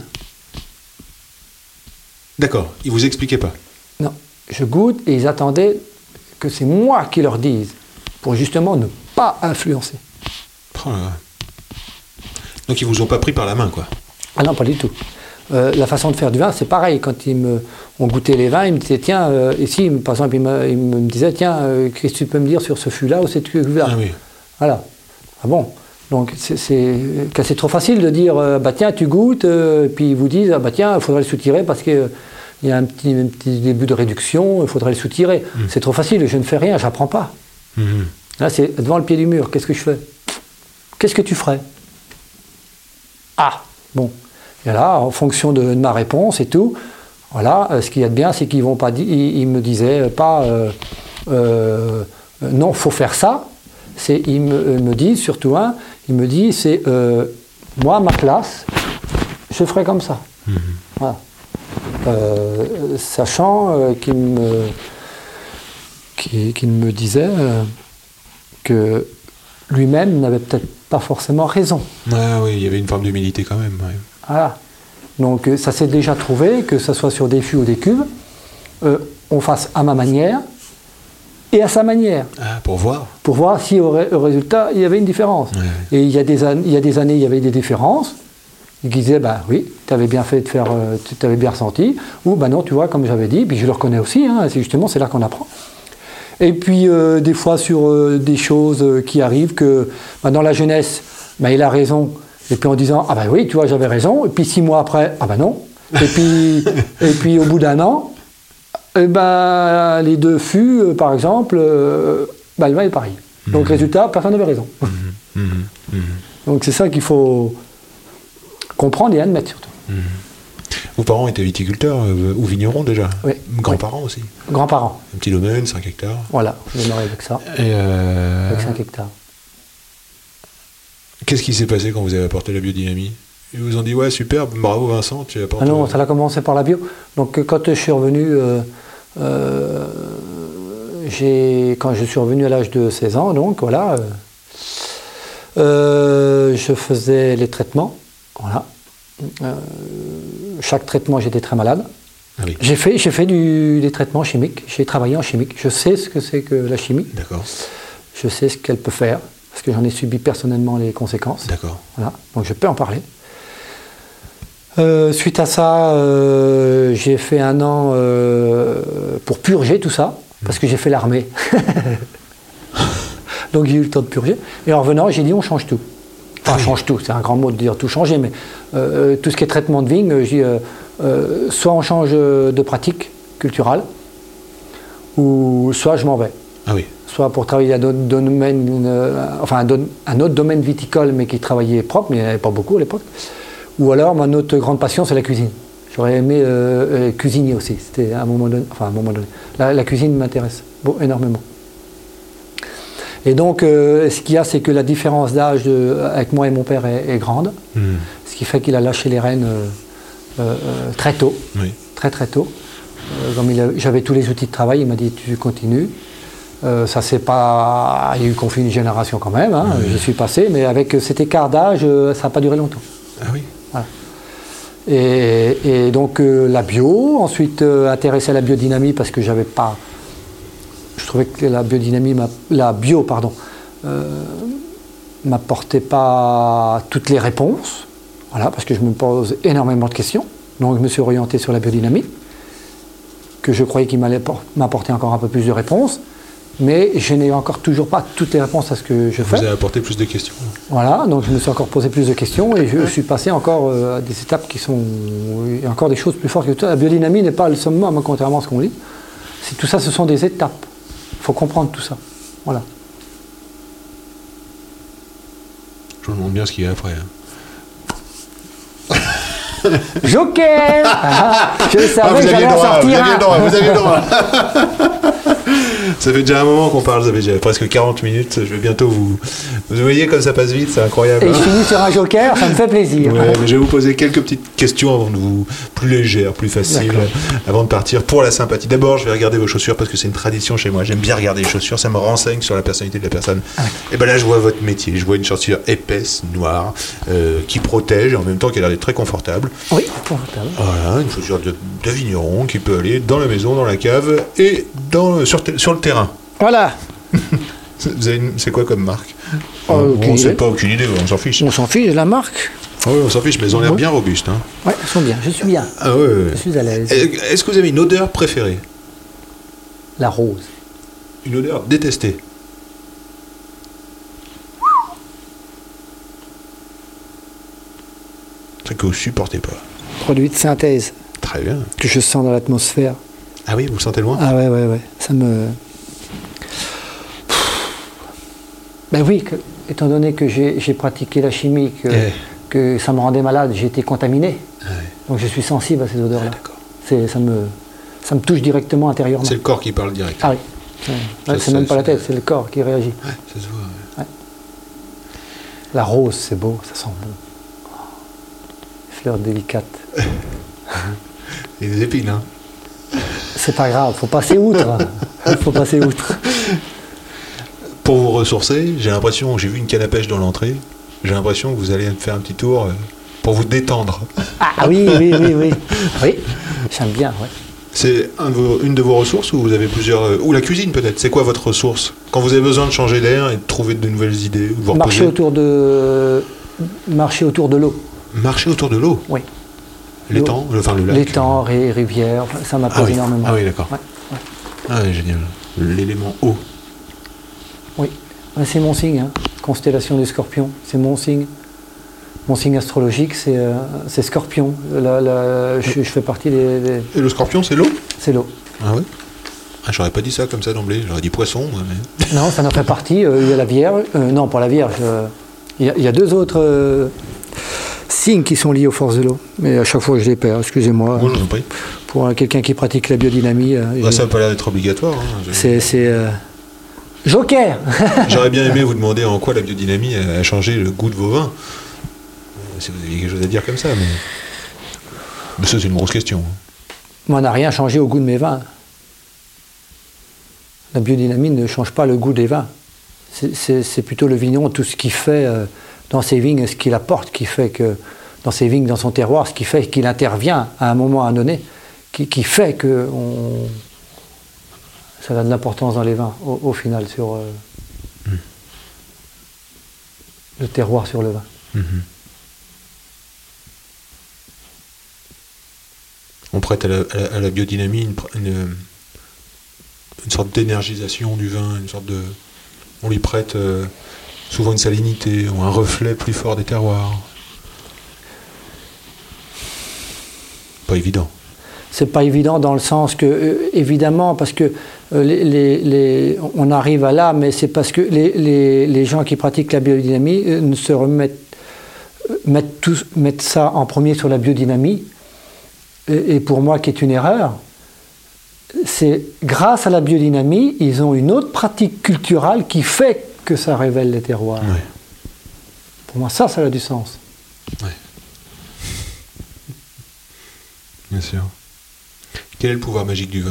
[SPEAKER 1] D'accord, ils vous expliquaient pas?
[SPEAKER 4] Non, je goûte et ils attendaient que c'est moi qui leur dise, pour justement ne pas influencer.
[SPEAKER 1] Oh là. Donc ils vous ont pas pris par la main, quoi?
[SPEAKER 4] Ah non, pas du tout. Euh, la façon de faire du vin, c'est pareil. Quand ils me, on goûtait les vins, ils me disaient, tiens, euh, ici, par exemple, ils me, ils me disaient, tiens, euh, qu'est-ce que tu peux me dire sur ce fût-là ou cette cuve-là? Ah oui. Voilà. Ah bon. Donc, c'est, c'est, c'est trop facile de dire, euh, bah tiens, tu goûtes, euh, puis ils vous disent, ah, bah tiens, il faudrait le soutirer parce qu'il euh, y a un petit, un petit début de réduction, il faudrait le soutirer. Mmh. C'est trop facile, je ne fais rien, je n'apprends pas. Mmh. Là, c'est devant le pied du mur, qu'est-ce que je fais? Qu'est-ce que tu ferais? Ah, bon. Et là, en fonction de, de ma réponse et tout, voilà, euh, ce qu'il y a de bien, c'est qu'ils vont pas, ils, ils me disaient pas, euh, euh, non, faut faire ça. C'est, ils me, ils me disent surtout un, ils me disent, c'est euh, moi, ma classe, je ferai comme ça. Mmh. Voilà. Euh, sachant euh, qu'il me, qu'il, qu'il me disait euh, que lui-même n'avait peut-être pas forcément raison.
[SPEAKER 1] Ah oui, il y avait une forme d'humilité quand même. Ouais.
[SPEAKER 4] Voilà. Donc ça s'est déjà trouvé, que ce soit sur des fûts ou des cuves, euh, on fasse à ma manière et à sa manière.
[SPEAKER 1] Ah, pour voir.
[SPEAKER 4] Pour voir si au, ré, au résultat, il y avait une différence. Ouais. Et il y, a des an- il y a des années, il y avait des différences. Ils disaient, bah oui, tu avais bien fait de faire, euh, tu avais bien ressenti. Ou, bah non, tu vois, comme j'avais dit, puis je le reconnais aussi, hein, c'est justement, c'est là qu'on apprend. Et puis, euh, des fois, sur euh, des choses euh, qui arrivent, que bah, dans la jeunesse, bah, il a raison. Et puis en disant, ah ben oui, tu vois, j'avais raison. Et puis six mois après, ah ben non. Et puis, et puis au bout d'un an, eh ben, les deux fûts, euh, par exemple, euh, ben, le vin est pareil. Mmh. Donc résultat, personne n'avait raison. Mmh. Mmh. Mmh. Donc c'est ça qu'il faut comprendre et admettre surtout. Mmh.
[SPEAKER 1] Vos parents étaient viticulteurs euh, ou vignerons déjà?
[SPEAKER 4] Oui.
[SPEAKER 1] Grands-parents
[SPEAKER 4] oui.
[SPEAKER 1] aussi?
[SPEAKER 4] Grands-parents.
[SPEAKER 1] Un petit domaine, cinq hectares?
[SPEAKER 4] Voilà, je démarrais avec ça.
[SPEAKER 1] Et euh...
[SPEAKER 4] Avec cinq hectares.
[SPEAKER 1] Qu'est-ce qui s'est passé quand vous avez apporté la biodynamie? Ils vous ont dit, ouais, super, bravo Vincent, tu apportes...
[SPEAKER 4] Ah non, ça a commencé par la bio. Donc quand je suis revenu, euh, euh, j'ai, quand je suis revenu à l'âge de seize ans, donc voilà, euh, euh, je faisais les traitements, voilà. Euh, chaque traitement, j'étais très malade. Ah oui. J'ai fait, j'ai fait du, des traitements chimiques, j'ai travaillé en chimique, je sais ce que c'est que la chimie.
[SPEAKER 1] D'accord.
[SPEAKER 4] Je sais ce qu'elle peut faire. Parce que j'en ai subi personnellement les conséquences.
[SPEAKER 1] D'accord.
[SPEAKER 4] Voilà, donc je peux en parler. Euh, suite à ça, euh, j'ai fait un an euh, pour purger tout ça, parce que j'ai fait l'armée. Donc j'ai eu le temps de purger. Et en revenant, j'ai dit on change tout. Enfin, on change tout, c'est un grand mot de dire tout changer, mais euh, tout ce qui est traitement de vigne, j'ai, euh, euh, soit on change de pratique culturelle, ou soit je m'en vais.
[SPEAKER 1] Ah oui.
[SPEAKER 4] soit pour travailler dans un domaine, euh, enfin un, don, un autre domaine viticole, mais qui travaillait propre, mais il n'y en avait pas beaucoup à l'époque. Ou alors, ma autre grande passion, c'est la cuisine. J'aurais aimé euh, euh, cuisiner aussi. C'était à un moment donné. Enfin, à un moment donné. La, la cuisine m'intéresse bon, énormément. Et donc, euh, ce qu'il y a, c'est que la différence d'âge de, avec moi et mon père est, est grande. Mmh. Ce qui fait qu'il a lâché les rênes euh, euh, très tôt. Oui. Très, très tôt. Euh, comme il a, j'avais tous les outils de travail, il m'a dit tu continues. Euh, ça c'est pas. Il y a eu conflit une génération quand même. Hein, oui. Je suis passé, mais avec cet écart d'âge, ça n'a pas duré longtemps.
[SPEAKER 1] Ah oui.
[SPEAKER 4] Voilà. Et, et donc euh, la bio, ensuite euh, intéressé à la biodynamie parce que j'avais pas. Je trouvais que la biodynamie, la bio, pardon, euh, m'apportait pas toutes les réponses. Voilà, parce que je me pose énormément de questions. Donc je me suis orienté sur la biodynamie, que je croyais qu'il m'allait m'apporter encore un peu plus de réponses. Mais je n'ai encore toujours pas toutes les réponses à ce que je fais.
[SPEAKER 1] Vous avez apporté plus de questions.
[SPEAKER 4] Voilà, donc je me suis encore posé plus de questions et je suis passé encore euh, à des étapes qui sont... Il y a encore des choses plus fortes que tout. La biodynamie n'est pas le summum, contrairement à ce qu'on dit. C'est, tout ça, ce sont des étapes. Il faut comprendre tout ça. Voilà.
[SPEAKER 1] Je me demande bien ce qu'il y a après.
[SPEAKER 4] Joker ah, je savais
[SPEAKER 1] ah,
[SPEAKER 4] que j'allais en sortir
[SPEAKER 1] vous aviez le droit, vous aviez le droit. Ça fait déjà un moment qu'on parle, ça fait déjà presque quarante minutes. Je vais bientôt vous... Vous voyez comme ça passe vite, c'est incroyable.
[SPEAKER 4] Et hein. Je finis sur un joker, ça me fait plaisir.
[SPEAKER 1] Ouais, mais je vais vous poser quelques petites questions avant de vous... plus légères, plus faciles, D'accord. avant de partir pour la sympathie. D'abord, je vais regarder vos chaussures parce que c'est une tradition chez moi. J'aime bien regarder les chaussures, ça me renseigne sur la personnalité de la personne. Ah. Et ben là, je vois votre métier. Je vois une chaussure épaisse, noire, euh, qui protège et en même temps qui a l'air d'être très confortable.
[SPEAKER 4] Oui, confortable.
[SPEAKER 1] Voilà, une chaussure de, de vigneron qui peut aller dans la maison, dans la cave et dans, sur, te, sur le terrain.
[SPEAKER 4] Voilà.
[SPEAKER 1] Vous avez une, c'est quoi comme marque?
[SPEAKER 4] euh,
[SPEAKER 1] On ne sait pas, aucune idée, on s'en fiche.
[SPEAKER 4] On s'en fiche de la marque.
[SPEAKER 1] Ah oui, on s'en fiche, mais elles ont l'air oui. bien robustes. Hein.
[SPEAKER 4] Oui, elles sont bien, je suis bien.
[SPEAKER 1] Ah ouais, ouais.
[SPEAKER 4] Je suis à l'aise.
[SPEAKER 1] Est-ce que vous avez une odeur préférée?
[SPEAKER 4] La rose.
[SPEAKER 1] Une odeur détestée? C'est que vous ne supportez pas.
[SPEAKER 4] Produit de synthèse.
[SPEAKER 1] Très bien.
[SPEAKER 4] Que je sens dans l'atmosphère.
[SPEAKER 1] Ah oui, vous le sentez loin?
[SPEAKER 4] Ah ouais, ouais, ouais. Ça me... Ben oui, que, étant donné que j'ai, j'ai pratiqué la chimie, que, eh. que ça me rendait malade, j'ai été contaminé. Ah ouais. Donc je suis sensible à ces odeurs-là. Ah, d'accord. C'est, ça, me, ça me touche directement intérieurement.
[SPEAKER 1] C'est le corps qui parle direct.
[SPEAKER 4] Ah oui. C'est, ça, c'est même pas la tête, c'est le corps qui réagit.
[SPEAKER 1] Ouais, ça se voit. Ouais. Ouais.
[SPEAKER 4] La rose, c'est beau, ça sent bon. Oh. Fleurs délicates.
[SPEAKER 1] Et des épines, hein?
[SPEAKER 4] C'est pas grave, faut passer outre. faut passer outre.
[SPEAKER 1] Pour vous ressourcer, j'ai l'impression, j'ai vu une canne à pêche dans l'entrée, j'ai l'impression que vous allez faire un petit tour pour vous détendre.
[SPEAKER 4] Ah oui, oui, oui, oui. Oui, j'aime bien, ouais.
[SPEAKER 1] C'est un de vos, une de vos ressources ou vous avez plusieurs... Ou la cuisine peut-être, c'est quoi votre ressource? Quand vous avez besoin de changer d'air et de trouver de nouvelles idées, ou de vous
[SPEAKER 4] marcher autour de... Marcher autour de l'eau.
[SPEAKER 1] Marcher autour de l'eau?
[SPEAKER 4] Oui.
[SPEAKER 1] L'étang, enfin le lac.
[SPEAKER 4] L'étang, les rivières, ça m'appelle
[SPEAKER 1] ah oui.
[SPEAKER 4] énormément.
[SPEAKER 1] Ah oui, d'accord.
[SPEAKER 4] Ouais, ouais.
[SPEAKER 1] Ah oui, génial. L'élément eau.
[SPEAKER 4] Oui, c'est mon signe, hein. Constellation du Scorpion, c'est mon signe. Mon signe astrologique, c'est, euh, c'est Scorpion. La, la, je, je fais partie des, des... Et
[SPEAKER 1] le Scorpion, c'est l'eau? C'est
[SPEAKER 4] l'eau.
[SPEAKER 1] Ah oui. Ah, j'aurais pas dit ça comme ça d'emblée, j'aurais dit poisson. Moi, mais...
[SPEAKER 4] Non, ça en fait partie. Euh, il y a la Vierge, euh, non, pas la Vierge. Euh, il, y a, il y a deux autres euh, signes qui sont liés aux forces de l'eau. Mais à chaque fois, je les perds, excusez-moi.
[SPEAKER 1] Moi, je vous en prie.
[SPEAKER 4] Pour euh, quelqu'un qui pratique la biodynamie. Euh,
[SPEAKER 1] bah, ça n'a pas l'air d'être obligatoire. Hein,
[SPEAKER 4] c'est... c'est euh... Joker.
[SPEAKER 1] J'aurais bien aimé vous demander en quoi la biodynamie a changé le goût de vos vins. Si vous aviez quelque chose à dire comme ça, mais... mais ça, c'est une grosse question.
[SPEAKER 4] Moi, on n'a rien changé au goût de mes vins. La biodynamie ne change pas le goût des vins. C'est, c'est, c'est plutôt le vigneron, tout ce qu'il fait euh, dans ses vignes, ce qu'il apporte, qui fait que, dans ses vignes, dans son terroir, ce qui fait qu'il intervient à un moment, à un donné, qui, qui fait que on... ça a de l'importance dans les vins, au, au final, sur euh, mmh. le terroir sur le vin. Mmh.
[SPEAKER 1] On prête à la, à la, à la biodynamie une, une, une sorte d'énergisation du vin, une sorte de, on lui prête euh, souvent une salinité ou un reflet plus fort des terroirs. Pas évident.
[SPEAKER 4] c'est pas évident dans le sens que, euh, évidemment, parce que euh, les, les, les, on arrive à là, mais c'est parce que les, les, les gens qui pratiquent la biodynamie euh, ne se remettent, mettent, tous, mettent ça en premier sur la biodynamie, et, et pour moi, qui est une erreur, c'est grâce à la biodynamie, ils ont une autre pratique culturelle qui fait que ça révèle les terroirs.
[SPEAKER 1] Ouais.
[SPEAKER 4] Pour moi, ça, ça a du sens.
[SPEAKER 1] Ouais. Bien sûr. Quel est le pouvoir magique du vin ?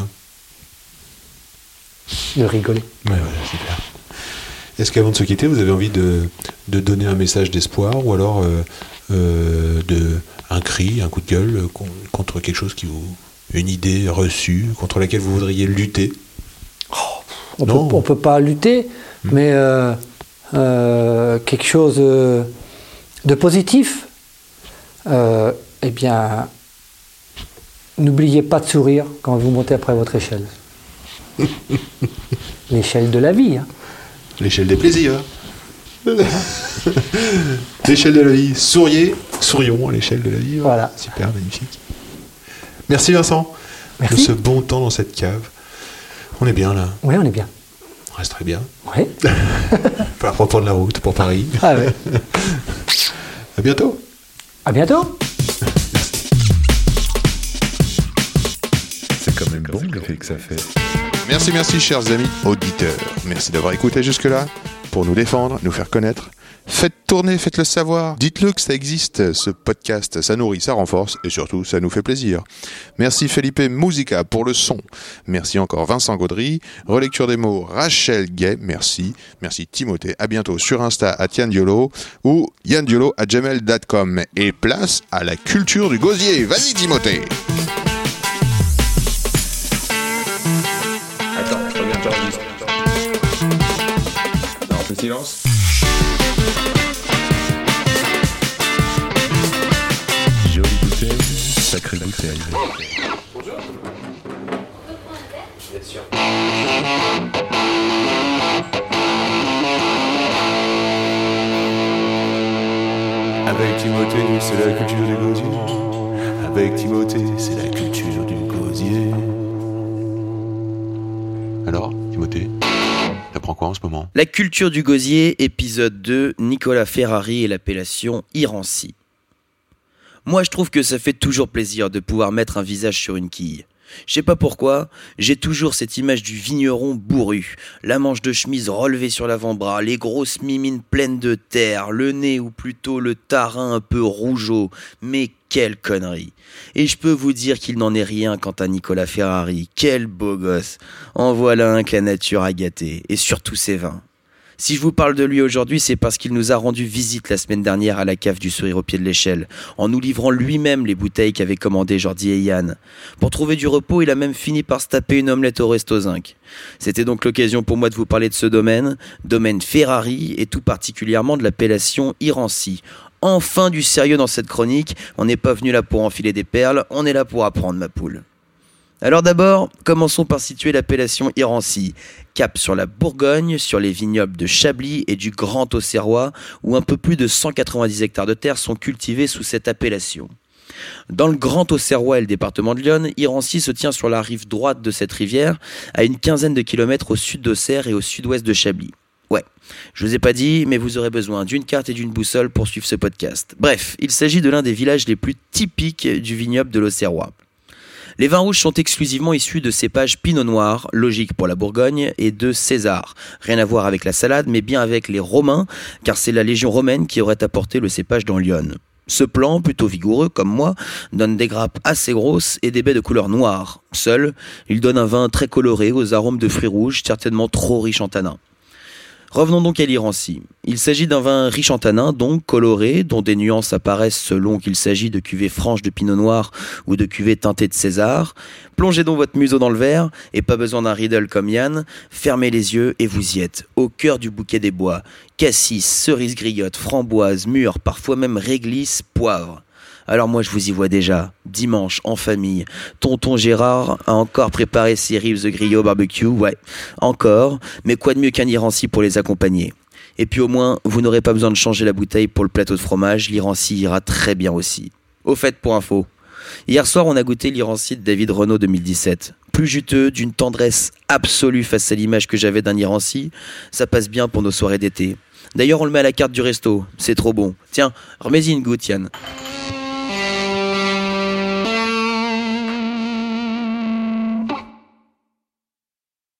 [SPEAKER 4] De rigoler.
[SPEAKER 1] Ouais, voilà, super. Est-ce qu'avant de se quitter, vous avez envie de, de donner un message d'espoir ou alors euh, euh, de, un cri, un coup de gueule euh, contre quelque chose qui vous... une idée reçue contre laquelle vous voudriez lutter ?
[SPEAKER 4] Oh, on ne peut pas lutter, mmh. mais euh, euh, quelque chose euh, de positif, euh, eh bien, n'oubliez pas de sourire quand vous montez après votre échelle. L'échelle de la vie. Hein.
[SPEAKER 1] L'échelle des plaisirs. L'échelle de la vie. Souriez, sourions à l'échelle de la vie.
[SPEAKER 4] Voilà.
[SPEAKER 1] Super, magnifique. Merci Vincent.
[SPEAKER 4] Merci.
[SPEAKER 1] De ce bon temps dans cette cave. On est bien là.
[SPEAKER 4] Oui, on est bien.
[SPEAKER 1] On reste très bien.
[SPEAKER 4] Oui.
[SPEAKER 1] Pour reprendre la route pour Paris.
[SPEAKER 4] Ah ouais.
[SPEAKER 1] À bientôt.
[SPEAKER 4] À bientôt.
[SPEAKER 2] C'est quand même bon l'effet que ça fait.
[SPEAKER 1] Merci, merci chers amis auditeurs. Merci d'avoir écouté jusque-là. Pour nous défendre, nous faire connaître. Faites tourner, faites-le savoir. Dites-le que ça existe, ce podcast. Ça nourrit, ça renforce et surtout, ça nous fait plaisir. Merci Felipe Musica pour le son. Merci encore Vincent Gaudry. Relecture des mots, Rachel Gay. Merci. Merci Timothée. À bientôt sur Insta à Yann Diolo ou yandiolo à gmail point com. Et place à la culture du gosier. Vas-y Timothée.
[SPEAKER 3] Attends, combien de j'enregistre ? Non, on fait silence.
[SPEAKER 2] Jolie bouteille, sacrée bouteille.
[SPEAKER 3] Bien sûr.
[SPEAKER 1] Avec Timothée, c'est la culture du gosier. Avec Timothée, c'est la culture du gosier. Alors, Timothée, t'apprends quoi en ce moment ?
[SPEAKER 5] La culture du gosier, épisode deux, Nicolas Ferrari et l'appellation Irancy. Moi, je trouve que ça fait toujours plaisir de pouvoir mettre un visage sur une quille. Je sais pas pourquoi, j'ai toujours cette image du vigneron bourru, la manche de chemise relevée sur l'avant-bras, les grosses mimines pleines de terre, le nez ou plutôt le tarin un peu rougeau, mais quelle connerie. Et je peux vous dire qu'il n'en est rien quant à Nicolas Ferrari, quel beau gosse. En voilà un que la nature a gâté, et surtout ses vins. Si je vous parle de lui aujourd'hui, c'est parce qu'il nous a rendu visite la semaine dernière à la cave du Sourire au pied de l'échelle, en nous livrant lui-même les bouteilles qu'avaient commandées Jordi et Yann. Pour trouver du repos, il a même fini par se taper une omelette au resto zinc. C'était donc l'occasion pour moi de vous parler de ce domaine, domaine Ferrari, et tout particulièrement de l'appellation Irancy. Enfin du sérieux dans cette chronique, on n'est pas venu là pour enfiler des perles, on est là pour apprendre, ma poule. Alors d'abord, commençons par situer l'appellation Irancy. Cap sur la Bourgogne, sur les vignobles de Chablis et du Grand Auxerrois, où un peu plus de cent quatre-vingt-dix hectares de terre sont cultivés sous cette appellation. Dans le Grand Auxerrois et le département de l'Yonne, Irancy se tient sur la rive droite de cette rivière, à une quinzaine de kilomètres au sud d'Auxerre et au sud-ouest de Chablis. Ouais, je vous ai pas dit, mais vous aurez besoin d'une carte et d'une boussole pour suivre ce podcast. Bref, il s'agit de l'un des villages les plus typiques du vignoble de l'Auxerrois. Les vins rouges sont exclusivement issus de cépages Pinot Noir, logique pour la Bourgogne, et de César. Rien à voir avec la salade, mais bien avec les Romains, car c'est la Légion romaine qui aurait apporté le cépage dans l'Yonne. Ce plant, plutôt vigoureux comme moi, donne des grappes assez grosses et des baies de couleur noire. Seul, il donne un vin très coloré aux arômes de fruits rouges, certainement trop riches en tanins. Revenons donc à l'Irancy. Il s'agit d'un vin riche en tanins, donc coloré, dont des nuances apparaissent selon qu'il s'agit de cuvées franches de pinot noir ou de cuvées teintées de César. Plongez donc votre museau dans le verre, et pas besoin d'un riddle comme Yann, fermez les yeux et vous y êtes, au cœur du bouquet des bois. Cassis, cerises griottes, framboises, mûres, parfois même réglisse, poivre. Alors moi je vous y vois déjà, dimanche en famille, tonton Gérard a encore préparé ses ribs de griot barbecue, ouais, encore, mais quoi de mieux qu'un Irancy pour les accompagner. Et puis au moins, vous n'aurez pas besoin de changer la bouteille pour le plateau de fromage, l'Irancy ira très bien aussi. Au fait, pour info, Hier soir, on a goûté l'Irancy de David Renaud deux mille dix-sept. Plus juteux, d'une tendresse absolue face à l'image que j'avais d'un Irancy, ça passe bien pour nos soirées d'été. D'ailleurs, on le met à la carte du resto, c'est trop bon. Tiens, remets-y une goutte, Yann.